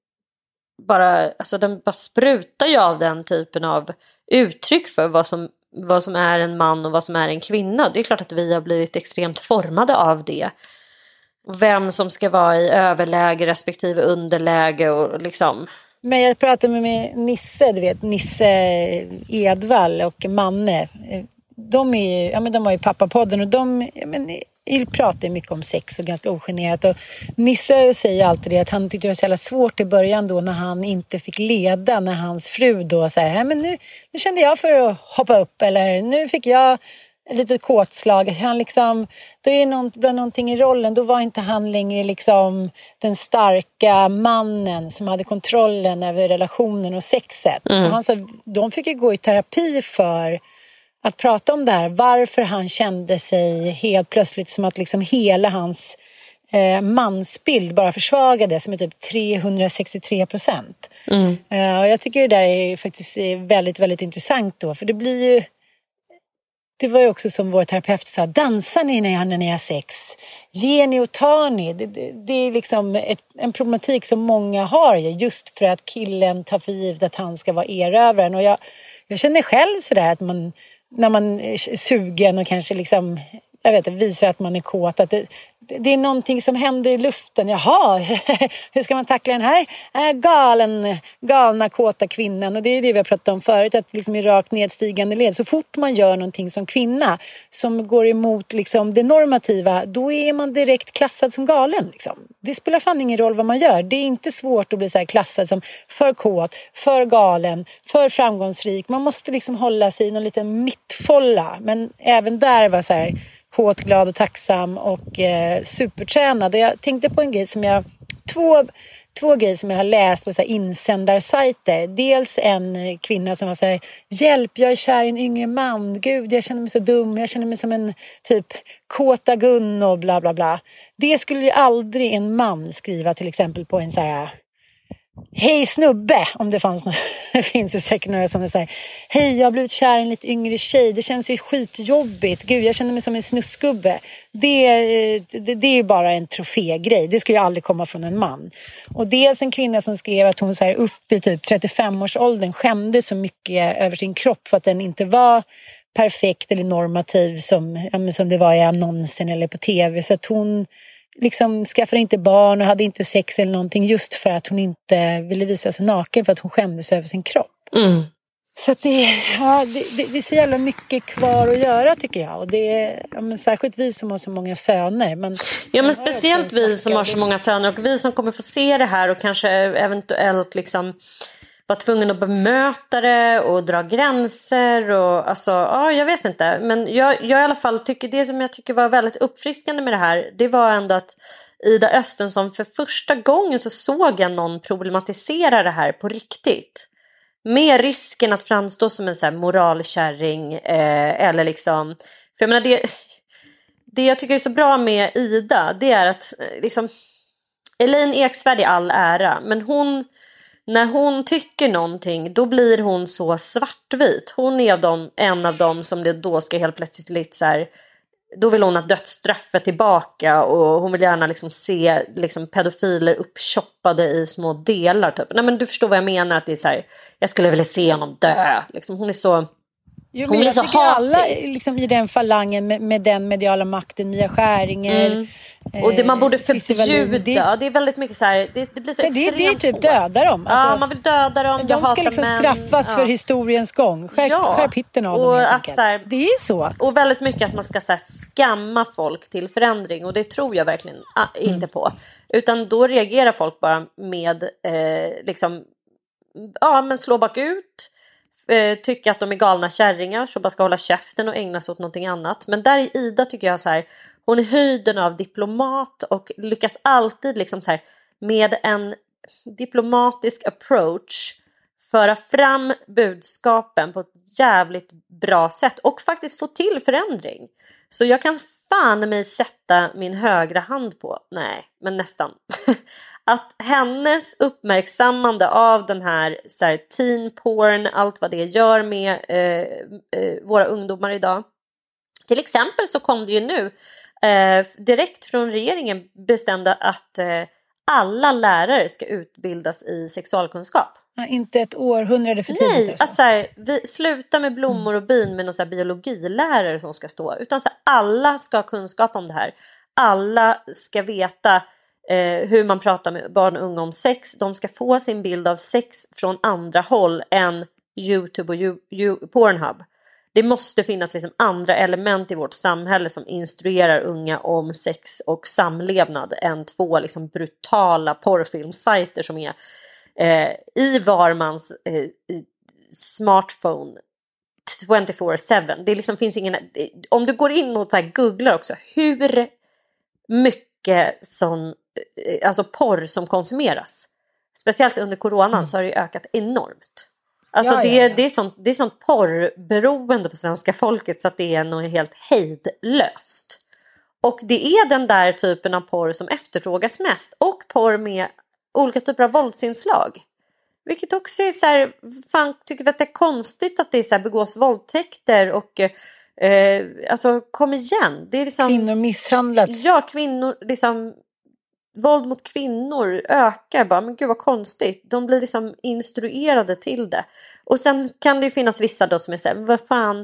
alltså den bara sprutar ju av den typen av uttryck för vad som är en man och vad som är en kvinna. Det är klart att vi har blivit extremt formade av det. Vem som ska vara i överläge respektive underläge och liksom. Men jag pratade med Nisse, du vet, Nisse Edvall och Manne. De har ju pappapodden och de pratar mycket om sex och ganska ogenerat. Och Nisse säger alltid det, att han tyckte det var så jävla svårt i början då när han inte fick leda, när hans fru då så här, men nu kände jag för att hoppa upp, eller nu fick jag ett litet kåtslag. Han liksom, då är någonting i rollen, då var inte han längre liksom den starka mannen som hade kontrollen över relationen och sexet. Och han sa, de fick ju gå i terapi för att prata om det här, varför han kände sig helt plötsligt som att liksom hela hans mansbild bara försvagades med typ 363%. Och jag tycker det där är faktiskt väldigt, väldigt intressant då, för det blir ju, det var ju också som vår terapeut sa, dansar ni när ni har sex? Ger ni och tar ni? Det är liksom en problematik som många har just för att killen tar för givet att han ska vara erövraren. Och jag känner själv sådär att när man är sugen och kanske liksom, jag vet inte, visar att man är kåt, att det är någonting som händer i luften. Jaha, hur ska man tackla den här galna kåta kvinnan? Och det är det vi har pratat om förut, att liksom i rakt nedstigande led. Så fort man gör någonting som kvinna som går emot liksom det normativa, då är man direkt klassad som galen. Liksom. Det spelar fan ingen roll vad man gör. Det är inte svårt att bli så här klassad som för kåt, för galen, för framgångsrik. Man måste liksom hålla sig i någon liten mittfålla. Men även där var så här, kåt, glad och tacksam och supertränad. Och jag tänkte på en grej som två grejer som jag har läst på så här insändarsajter. Dels en kvinna som var så här: hjälp, jag är kär i en yngre man. Gud, jag känner mig så dum. Jag känner mig som en typ kåta Gun och bla bla bla. Det skulle ju aldrig en man skriva till exempel på en så här: hej snubbe, om det fanns något. Det finns ju säkert några som säger: hej, jag har blivit kär i en lite yngre tjej. Det känns ju skitjobbigt. Gud, jag känner mig som en snuskgubbe. Det är ju bara en trofégrej. Det skulle ju aldrig komma från en man. Och dels en kvinna som skrev att hon så här upp i typ 35-årsåldern skämde så mycket över sin kropp för att den inte var perfekt eller normativ som det var i annonsen eller på tv. Så att hon liksom skaffade inte barn och hade inte sex eller någonting just för att hon inte ville visa sig naken, för att hon skämdes över sin kropp. Så att det är så jävla mycket kvar att göra, tycker jag. Och det är särskilt vi som har så många söner. Men speciellt vi som har så många söner, och vi som kommer få se det här och kanske eventuellt liksom var tvungen att bemöta det och dra gränser och alltså, ja, jag vet inte. Men jag i alla fall tycker, det som jag tycker var väldigt uppfriskande med det här, det var ändå att Ida Östensson för första gången så såg jag någon problematisera det här på riktigt. Med risken att framstå som en så här moralkärring eller liksom, för jag menar det jag tycker är så bra med Ida, det är att liksom Elaine Eksvärd är all ära, men när hon tycker någonting, då blir hon så svartvit. Hon är en av dem som det då ska helt plötsligt lite så här, då vill hon ha dödsstraffet tillbaka och hon vill gärna liksom se liksom pedofiler uppchoppade i små delar typ. Nej, men du förstår vad jag menar, att det är så här, jag skulle vilja se honom dö. Liksom, hon är så... Jo, men jag tycker alla liksom, i den falangen med den mediala makten, Mia Skäringer. Och det man borde förbjuda, det är väldigt mycket så här, det blir så extremt. Det är typ döda dem. Alltså, ja, man vill döda dem. De ska liksom straffas för historiens gång. Skärp hitten av dem, och helt att, så här, det är ju så. Och väldigt mycket att man ska så här, skamma folk till förändring. Och det tror jag verkligen inte på. Utan då reagerar folk bara med liksom, ja, men slå bakut. Tycker att de är galna kärringar, så bara ska hålla käften och ägna sig åt någonting annat. Men där i Ida tycker jag så här, hon är höjden av diplomat och lyckas alltid liksom så här, med en diplomatisk approach föra fram budskapen på ett jävligt bra sätt och faktiskt få till förändring. Så jag kan fan mig sätta min högra hand på, nej, men nästan, att hennes uppmärksammande av den här, så här teen porn, allt vad det gör med våra ungdomar idag. Till exempel så kom det ju nu direkt från regeringen bestämda att alla lärare ska utbildas i sexualkunskap. Ja, inte ett århundrade för tidigt. Nej, att så här, vi slutar med blommor och bin med någon så här biologilärare som ska stå. Utan så här, alla ska ha kunskap om det här. Alla ska veta hur man pratar med barn och unga om sex. De ska få sin bild av sex från andra håll än YouTube och Pornhub. Det måste finnas liksom andra element i vårt samhälle som instruerar unga om sex och samlevnad än två liksom brutala porrfilmsajter som är i varmans smartphone 24/7. Det liksom finns ingen, om du går in och så här googlar också hur mycket som, alltså porr som konsumeras, speciellt under coronan, så har det ökat enormt. Alltså det är sånt porrberoende på svenska folket så att det är nog helt hejdlöst. Och det är den där typen av porr som efterfrågas mest. Och porr med olika typer av våldsinslag. Vilket också är så här, fan, tycker vi att det är konstigt att det är så här, begås våldtäkter och alltså kom igen. Det är liksom, kvinnor misshandlats. Ja, kvinnor liksom, våld mot kvinnor ökar bara, men gud vad konstigt. De blir liksom instruerade till det. Och sen kan det ju finnas vissa då som är så här, vad fan,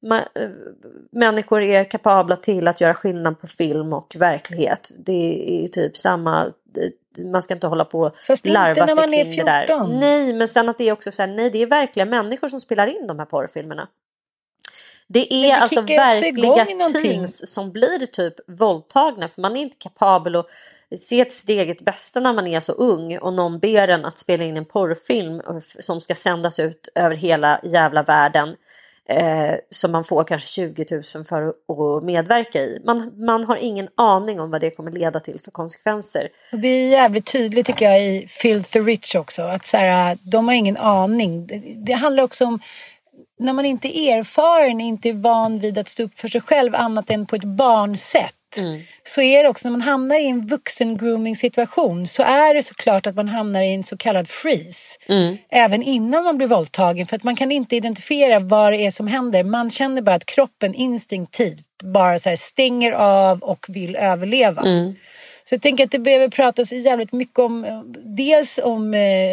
människor är kapabla till att göra skillnad på film och verklighet. Det är typ samma, man ska inte hålla på och larva sig kring det där. Nej, men sen att det är också så här, nej, det är verkliga människor som spelar in de här porrfilmerna. Det är alltså verkliga teens som blir typ våldtagna, för man är inte kapabel att se ett sitt eget bästa när man är så ung och någon ber en att spela in en porrfilm som ska sändas ut över hela jävla världen. som man får kanske 20 000 för att medverka i. Man har ingen aning om vad det kommer leda till för konsekvenser. Och det är jävligt tydligt tycker jag i Filthy Rich också. Att så här, de har ingen aning. Det handlar också om när man inte är erfaren, inte är van vid att stå upp för sig själv annat än på ett barnsätt. Så är det också när man hamnar i en vuxen grooming situation så är det såklart att man hamnar i en så kallad freeze. Även innan man blir våldtagen, för att man kan inte identifiera vad det är som händer. Man känner bara att kroppen instinktivt bara så här stänger av och vill överleva. Så jag tänker att det behöver pratas jävligt mycket om dels om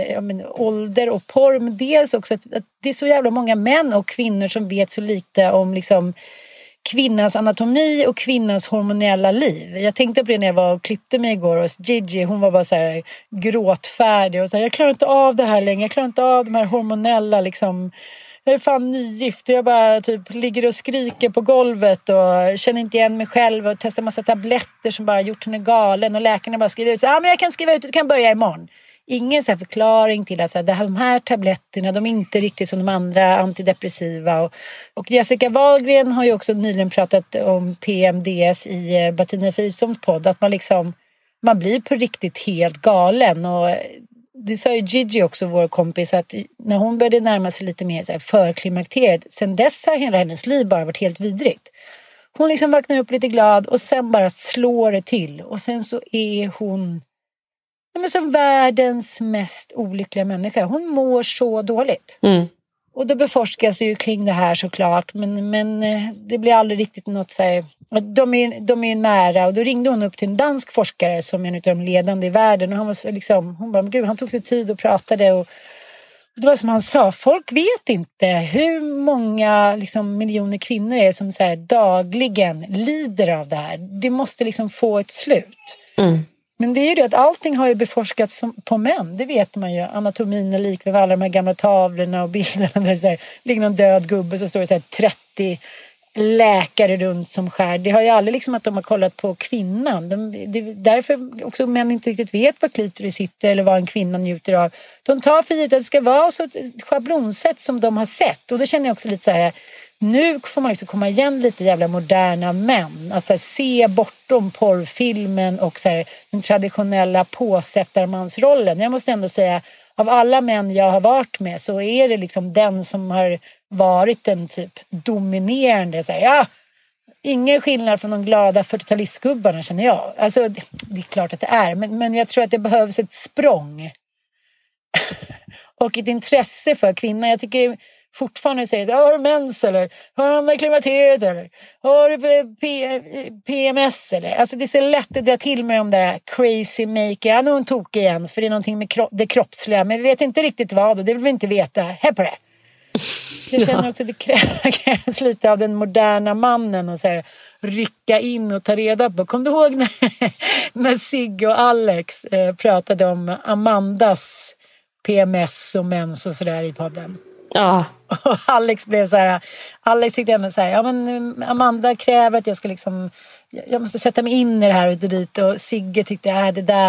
ålder och porr, men dels också att det är så jävla många män och kvinnor som vet så lite om liksom kvinnans anatomi och kvinnans hormonella liv. Jag tänkte på det när jag var och klippte mig igår hos Gigi. Hon var bara så här gråtfärdig och så här, jag klarar inte av det här längre. Jag klarar inte av de här hormonella liksom. Jag är fan nygift och jag bara typ ligger och skriker på golvet och känner inte igen mig själv och testar massa tabletter som bara gjort henne galen och läkarna bara skriver ut så men jag kan skriva ut, du kan börja imorgon. Ingen så här förklaring till att så här, de här tabletterna, de är inte riktigt som de andra antidepressiva. Och Jessica Wahlgren har ju också nyligen pratat om PMDS i Bettina Fridsoms podd. Att man blir på riktigt helt galen. Och det sa ju Gigi också, vår kompis, att när hon började närma sig lite mer så här förklimakteriet, sen dess har hela hennes liv bara varit helt vidrigt. Hon liksom vaknar upp lite glad och sen bara slår det till. Och sen så är hon som världens mest olyckliga människa. Hon mår så dåligt. Och då beforskas ju kring det här såklart. Men det blir aldrig riktigt något så här. De är nära. Och då ringde hon upp till en dansk forskare som är en av de ledande i världen. Och han var liksom, hon bara, men gud, han tog sig tid och pratade. Och det var som han sa, folk vet inte hur många liksom, miljoner kvinnor är som så här, dagligen lider av det här. Det måste liksom få ett slut. Men det är ju det att allting har ju beforskats på män. Det vet man ju. Anatomin är liknande, alla de här gamla tavlorna och bilderna. Där det så här, ligger någon död gubbe så står det så här 30 läkare runt som skär. Det har ju aldrig liksom att de har kollat på kvinnan. Därför också män inte riktigt vet vad klitoris sitter eller vad en kvinna njuter av. De tar för givet att det ska vara så ett schablonsätt som de har sett. Och då känner jag också lite så här, nu får man liksom komma igen lite jävla moderna män. Att så här, se bortom porrfilmen och så här, den traditionella påsättarmansrollen. Jag måste ändå säga, av alla män jag har varit med så är det liksom den som har varit den typ dominerande. Så här, ingen skillnad från de glada 40-talistgubbarna känner jag. Alltså det är klart att det är. Men jag tror att det behövs ett språng. Och ett intresse för kvinnor. Jag tycker fortfarande säger har du mens eller har du klimakteriet eller har du PMS eller alltså det är så lätt att dra till med de där crazy maker. Ja, nu är hon tokig igen för det är någonting med det kroppsliga men vi vet inte riktigt vad och det vill vi inte veta. Här på det. Jag känner också att det krävs lite av den moderna mannen och så här, rycka in och ta reda på. Kom du ihåg när Sigge och Alex pratade om Amandas PMS och mens och sådär i podden? Ja. Och Alex blev så här, Alex tyckte ändå så här, ja men Amanda kräver att jag ska liksom, jag måste sätta mig in i det här och dit, och Sigge tyckte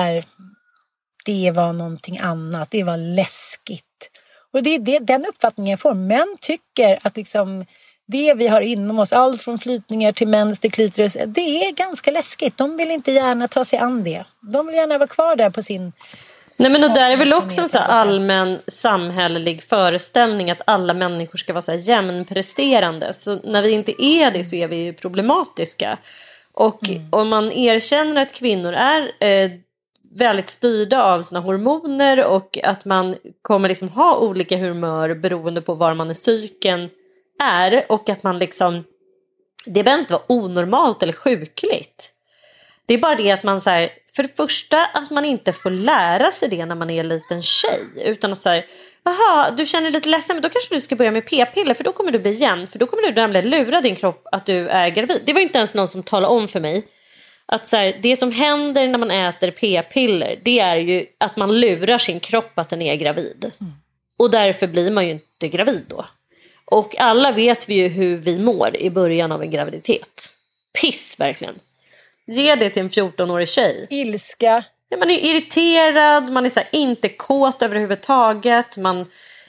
det var någonting annat, det var läskigt. Och det är den uppfattningen jag får. Män tycker att liksom det vi har inom oss, allt från flytningar till mens till klitoris, det är ganska läskigt. De vill inte gärna ta sig an det. De vill gärna vara kvar där på sin... Nej, men och där är väl också en så allmän samhällelig föreställning att alla människor ska vara så här jämnpresterande. Så när vi inte är det så är vi ju problematiska. Och om man erkänner att kvinnor är väldigt styrda av sina hormoner och att man kommer liksom ha olika humör beroende på var man i cykeln är, och att man liksom, det behöver inte vara onormalt eller sjukligt. Det är bara det att man så här, för det första att man inte får lära sig det när man är en liten tjej, utan att så här, jaha, du känner dig lite ledsen, men då kanske du ska börja med p-piller, för då kommer du bli jämn, för då kommer du nämligen lura din kropp att du är gravid. Det var inte ens någon som talade om för mig att så här, det som händer när man äter p-piller, det är ju att man lurar sin kropp att den är gravid. Och därför blir man ju inte gravid då. Och alla vet vi ju hur vi mår i början av en graviditet. Piss verkligen. Ge det till en 14-årig tjej. Ilska. Man är irriterad, man är så här inte kåt överhuvudtaget. Man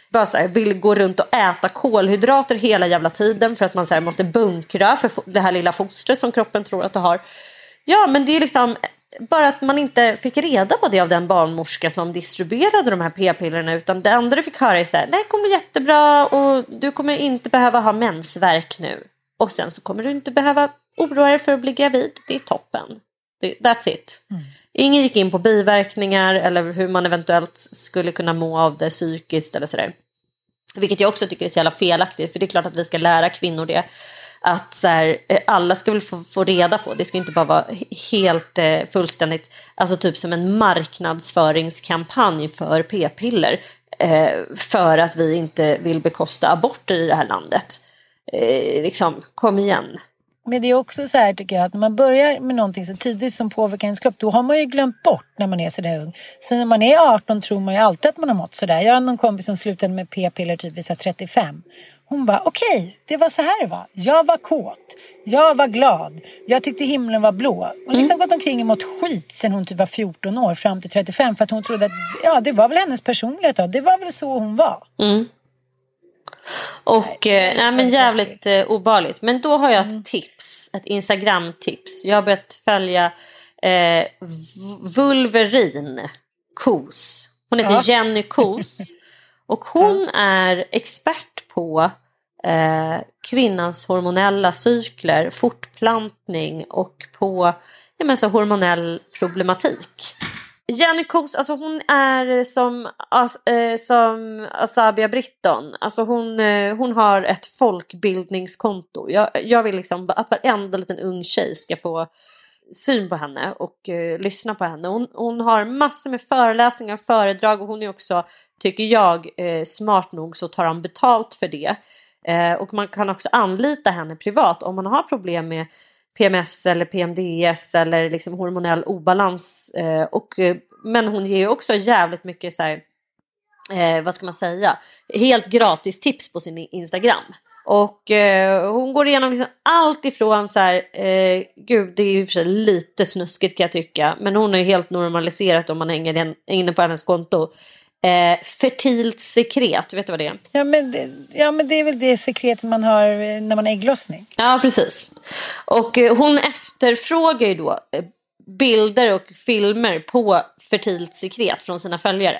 bara så här, vill gå runt och äta kolhydrater hela jävla tiden för att man så här, måste bunkra för det här lilla fostret som kroppen tror att det har. Ja, men det är liksom bara att man inte fick reda på det av den barnmorska som distribuerade de här p-pillerna, utan det andra du fick höra är så här: det kommer jättebra och du kommer inte behöva ha mensvärk nu. Och sen så kommer du inte behöva oroa dig för att bli gravid. Det är toppen. That's it. Ingen gick in på biverkningar eller hur man eventuellt skulle kunna må av det psykiskt eller sådär. Vilket jag också tycker är så jävla felaktigt. För det är klart att vi ska lära kvinnor det. Att så här, alla ska väl få reda på. Det ska inte bara vara helt fullständigt, alltså typ som en marknadsföringskampanj för p-piller. För att vi inte vill bekosta aborter i det här landet. Liksom, kom igen. Men det är också så här tycker jag, att när man börjar med någonting så tidigt som påverkar ens kropp, då har man ju glömt bort när man är sådär ung. Sen när man är 18 tror man ju alltid att man har mått sådär. Jag har någon kompis som slutade med p-piller typ vid 35. Hon bara, okej, det var så här det var. Jag var kåt, jag var glad, jag tyckte himlen var blå. Hon liksom gått omkring och mått skit sen hon typ var 14 år fram till 35. För att hon trodde att ja, det var väl hennes personlighet då. Det var väl så hon var. Och nej, men jävligt obehagligt. Men då har jag ett tips, ett Instagram-tips. Jag har börjat följa Wolverine Kos. Hon heter Jenny Kos. Och hon är expert på kvinnans hormonella cykler, fortplantning och på så hormonell problematik. Jenny Kos, alltså hon är som Asabia Britton. Alltså hon har ett folkbildningskonto. Jag vill liksom att varenda liten ung tjej ska få syn på henne och lyssna på henne. Hon har massor med föreläsningar och föredrag, och hon är också, tycker jag, smart nog så tar han betalt för det. Och man kan också anlita henne privat om man har problem med PMS eller PMDS eller liksom hormonell obalans. Men hon ger ju också jävligt mycket så här, vad ska man säga, helt gratis tips på sin Instagram. Och hon går igenom liksom allt ifrån så här, gud, det är ju för sig lite snuskigt kan jag tycka, men hon är ju helt normaliserat om man hänger inne på hennes konto. Fertilt sekret, vet du vad det är? Ja men det är väl det sekret man har när man har ägglossning. Ja, precis. Och hon efterfrågar ju då bilder och filmer på fertilt sekret från sina följare.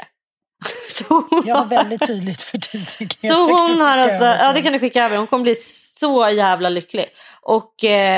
Ja, väldigt tydligt fertilt sekret. Så hon har alltså, ja det kan du skicka över. Hon kommer bli så jävla lycklig. Och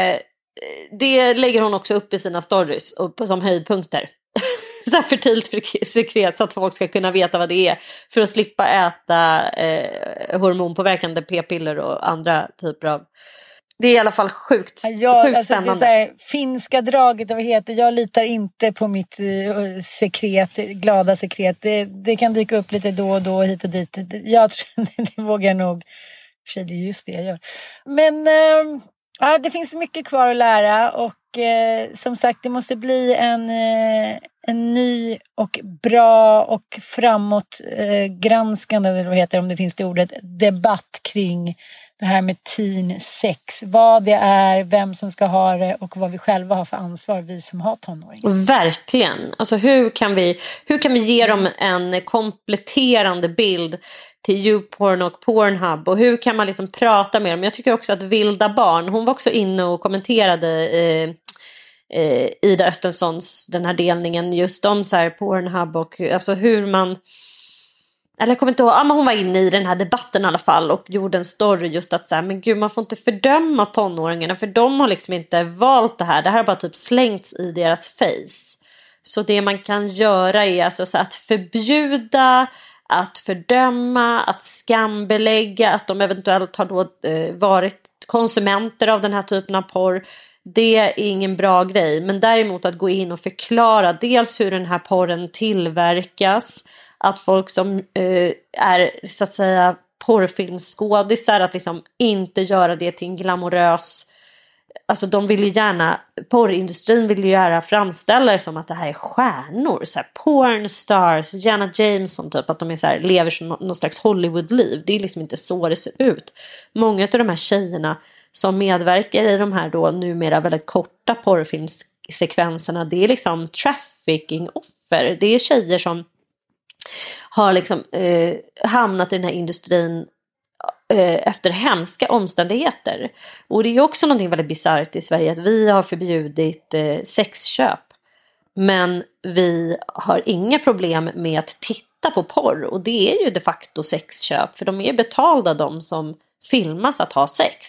det lägger hon också upp i sina stories och som höjdpunkter. Så här fertilt sekret, så att folk ska kunna veta vad det är, för att slippa äta hormonpåverkande p-piller och andra typer av. Det är i alla fall sjukt spännande. Det är så här, finska draget, vad heter, jag litar inte på mitt sekret, glada sekret. Det kan dyka upp lite då och då hit och dit. Jag tror det vågar nog. Det är just det jag gör. Men ja, det finns mycket kvar att lära, och som sagt, det måste bli en ny och bra och framåt granskande, eller vad heter det, om det finns det ordet, debatt kring det här med teen sex. Vad det är, vem som ska ha det och vad vi själva har för ansvar, vi som har tonåringar. Verkligen. Alltså hur kan vi ge dem en kompletterande bild till YouPorn och Pornhub, och hur kan man liksom prata med dem? Jag tycker också att Vilda barn, hon var också inne och kommenterade Ida Östenssons den här delningen just om så här Pornhub och alltså hur man, eller jag kommer inte ihåg, men hon var inne i den här debatten i alla fall och gjorde en story just att så här, men gud, man får inte fördöma tonåringarna, för de har liksom inte valt det här har bara typ slängts i deras face. Så det man kan göra är alltså så att förbjuda, att fördöma, att skambelägga att de eventuellt har då varit konsumenter av den här typen av porr. Det är ingen bra grej, men däremot att gå in och förklara dels hur den här porren tillverkas, att folk som är så att säga porrfilmskådisar, att liksom inte göra det till en glamorös, alltså de vill ju gärna, porrindustrin vill ju göra framställare som att det här är stjärnor, så här pornstars, Jenna Jameson typ, att de är så här, lever som någon slags Hollywood-liv. Det är liksom inte så det ser ut. Många av de här tjejerna som medverkar i de här då numera väldigt korta porrfilmssekvenserna, det är liksom trafficking-offer. Det är tjejer som har liksom hamnat i den här industrin efter hemska omständigheter. Och det är också någonting väldigt bisarrt i Sverige att vi har förbjudit sexköp. Men vi har inga problem med att titta på porr. Och det är ju de facto sexköp. För de är betalda, de som filmas, att ha sex.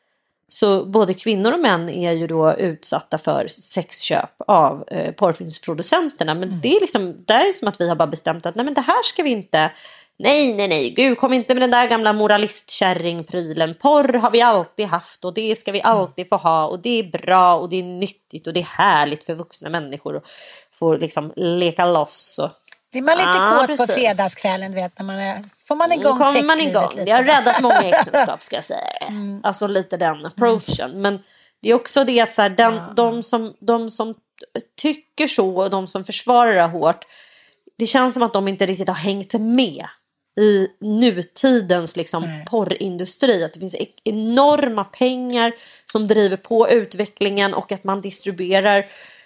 Så både kvinnor och män är ju då utsatta för sexköp av porrfilmsproducenterna. Men det är liksom, det är som att vi har bara bestämt att nej, men det här ska vi inte. Nej, gud, kom inte med den där gamla moralistkärringprylen. Porr har vi alltid haft och det ska vi alltid få ha. Och det är bra och det är nyttigt och det är härligt för vuxna människor att få liksom leka loss. Och... Blir man lite kåt på fredagskvällen, vet, när man är, får man igång sexlivet lite. Jag har räddat många äktenskap, ska jag säga. Alltså lite den approachen. Men det är också det att så här, de som tycker så och de som försvarar det hårt, det känns som att de inte riktigt har hängt med i nutidens liksom porrindustri. Att det finns enorma pengar som driver på utvecklingen och att man distribuerar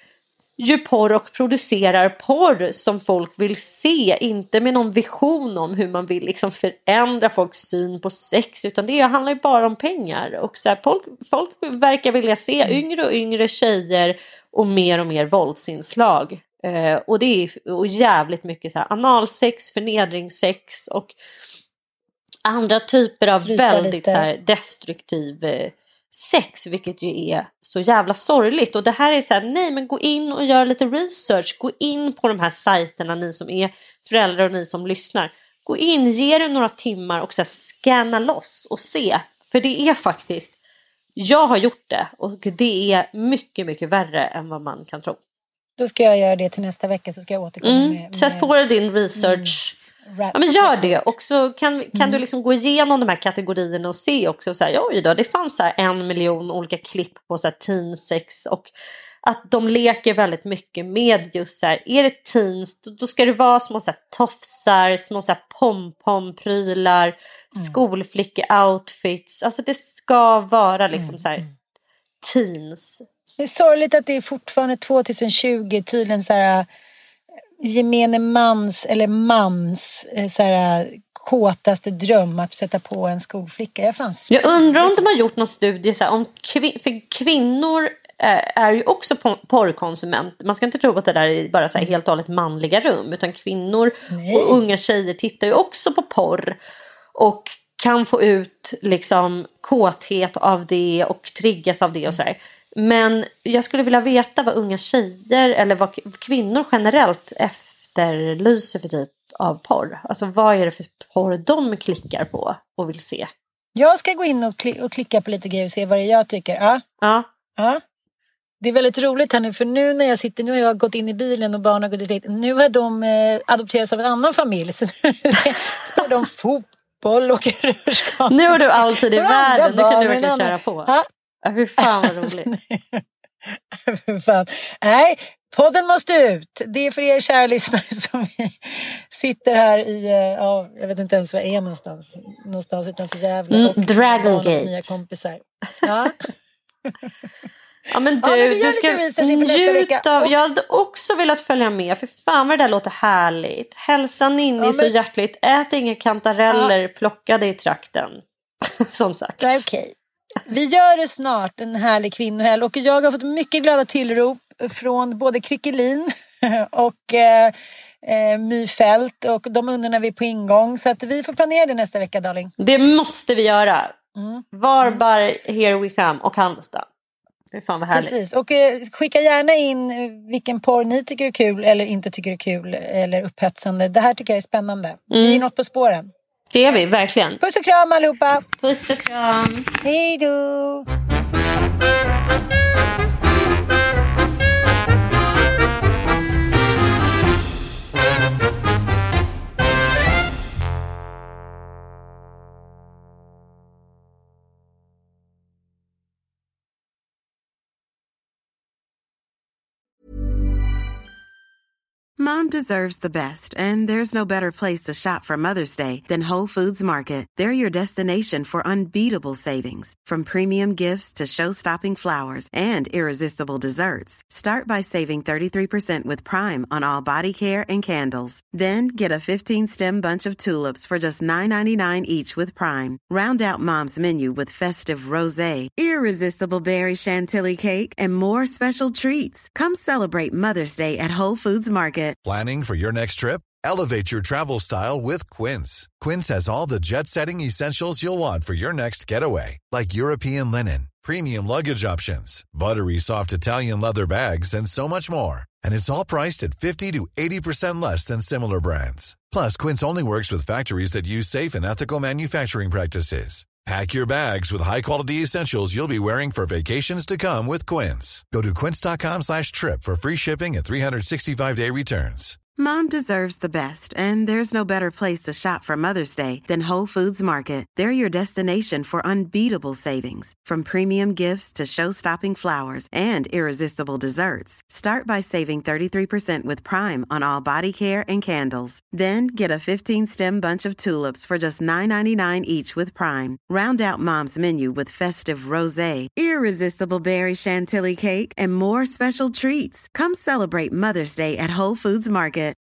ju porr och producerar porr som folk vill se. Inte med någon vision om hur man vill liksom förändra folks syn på sex, utan det handlar ju bara om pengar. Och så här, folk verkar vilja se yngre och yngre tjejer och mer våldsinslag. Och det är och jävligt mycket så här analsex, förnedringssex och andra typer av väldigt så här destruktiv sex, vilket ju är så jävla sorgligt. Och det här är så här, nej, men gå in och gör lite research, gå in på de här sajterna, ni som är föräldrar och ni som lyssnar, gå in, ge det några timmar och så här scanna loss och se, för det är faktiskt, jag har gjort det och det är mycket, mycket värre än vad man kan tro. Då ska jag göra det till nästa vecka, så ska jag återkomma med... Sätt på dig din research. Ja, men gör det. Och så kan du liksom gå igenom de här kategorierna och se också så här, oj då, det fanns så här 1 miljon olika klipp på så här teen sex, och att de leker väldigt mycket med just så här, är det teens, då ska det vara små så här tofsar, små så här pom-pom-prylar, skolflicke-outfits. Alltså det ska vara liksom så här teens. Det är sorgligt att det är fortfarande 2020 tydligen så här gemene mans eller mams så här kåtaste dröm att sätta på en skolflicka. Jag undrar om de har gjort någon studie så här, om för kvinnor är ju också porrkonsument. Man ska inte tro att det där är bara så här helt och hållet manliga rum, utan kvinnor och unga tjejer tittar ju också på porr och kan få ut liksom kåthet av det och triggas av det och så här. Men jag skulle vilja veta vad unga tjejer eller vad kvinnor generellt efterlyser för typ av porr. Alltså vad är det för porr de klickar på och vill se? Jag ska gå in och klicka på lite grejer och se vad det är jag tycker. Ja. Det är väldigt roligt här nu, för nu när jag sitter, nu har jag gått in i bilen och barnen har gått dit. Nu har de adopterats av en annan familj, så nu spelar de fotboll och rörskap. Nu har du alltid i världen, nu kan du verkligen köra på. Hur fan vad roligt. Fan. Nej, podden måste ut. Det är för er kära lyssnare som vi sitter här i, jag vet inte ens var jag är någonstans utanför Gävle. Dragon Gate. Nya kompisar. Ja. Ja, men du ska njuta av. Jag hade också velat följa med, för fan vad det där låter härligt. Hälsa Ninni så hjärtligt. Ät inga kantareller plockade i trakten. Som sagt. Nej, okej. Vi gör det snart, en härlig kvinnohelg. Och jag har fått mycket glada tillrop från både Krickelin och Myfält. Och de undrar vi på ingång. Så att vi får planera det nästa vecka, darling. Det måste vi göra. Varberg, here we come. Och Halmstad. Det är fan vad härligt. Precis, och skicka gärna in vilken porr ni tycker är kul eller inte tycker är kul eller upphetsande. Det här tycker jag är spännande. Vi är något på spåren. Det är vi, verkligen. Puss och kram allihopa. Puss och kram. Hej då. Mom deserves the best, and there's no better place to shop for Mother's Day than Whole Foods Market. They're your destination for unbeatable savings, from premium gifts to show-stopping flowers and irresistible desserts. Start by saving 33% with Prime on all body care and candles. Then get a 15-stem bunch of tulips for just $9.99 each with Prime. Round out Mom's menu with festive rosé, irresistible berry chantilly cake, and more special treats. Come celebrate Mother's Day at Whole Foods Market. Planning for your next trip? Elevate your travel style with Quince. Quince has all the jet-setting essentials you'll want for your next getaway, like European linen, premium luggage options, buttery soft Italian leather bags, and so much more. And it's all priced at 50 to 80% less than similar brands. Plus, Quince only works with factories that use safe and ethical manufacturing practices. Pack your bags with high-quality essentials you'll be wearing for vacations to come with Quince. Go to quince.com/trip for free shipping and 365-day returns. Mom deserves the best, and there's no better place to shop for Mother's Day than Whole Foods Market. They're your destination for unbeatable savings, from premium gifts to show-stopping flowers and irresistible desserts. Start by saving 33% with Prime on all body care and candles. Then get a 15-stem bunch of tulips for just $9.99 each with Prime. Round out Mom's menu with festive rosé, irresistible berry chantilly cake, and more special treats. Come celebrate Mother's Day at Whole Foods Market.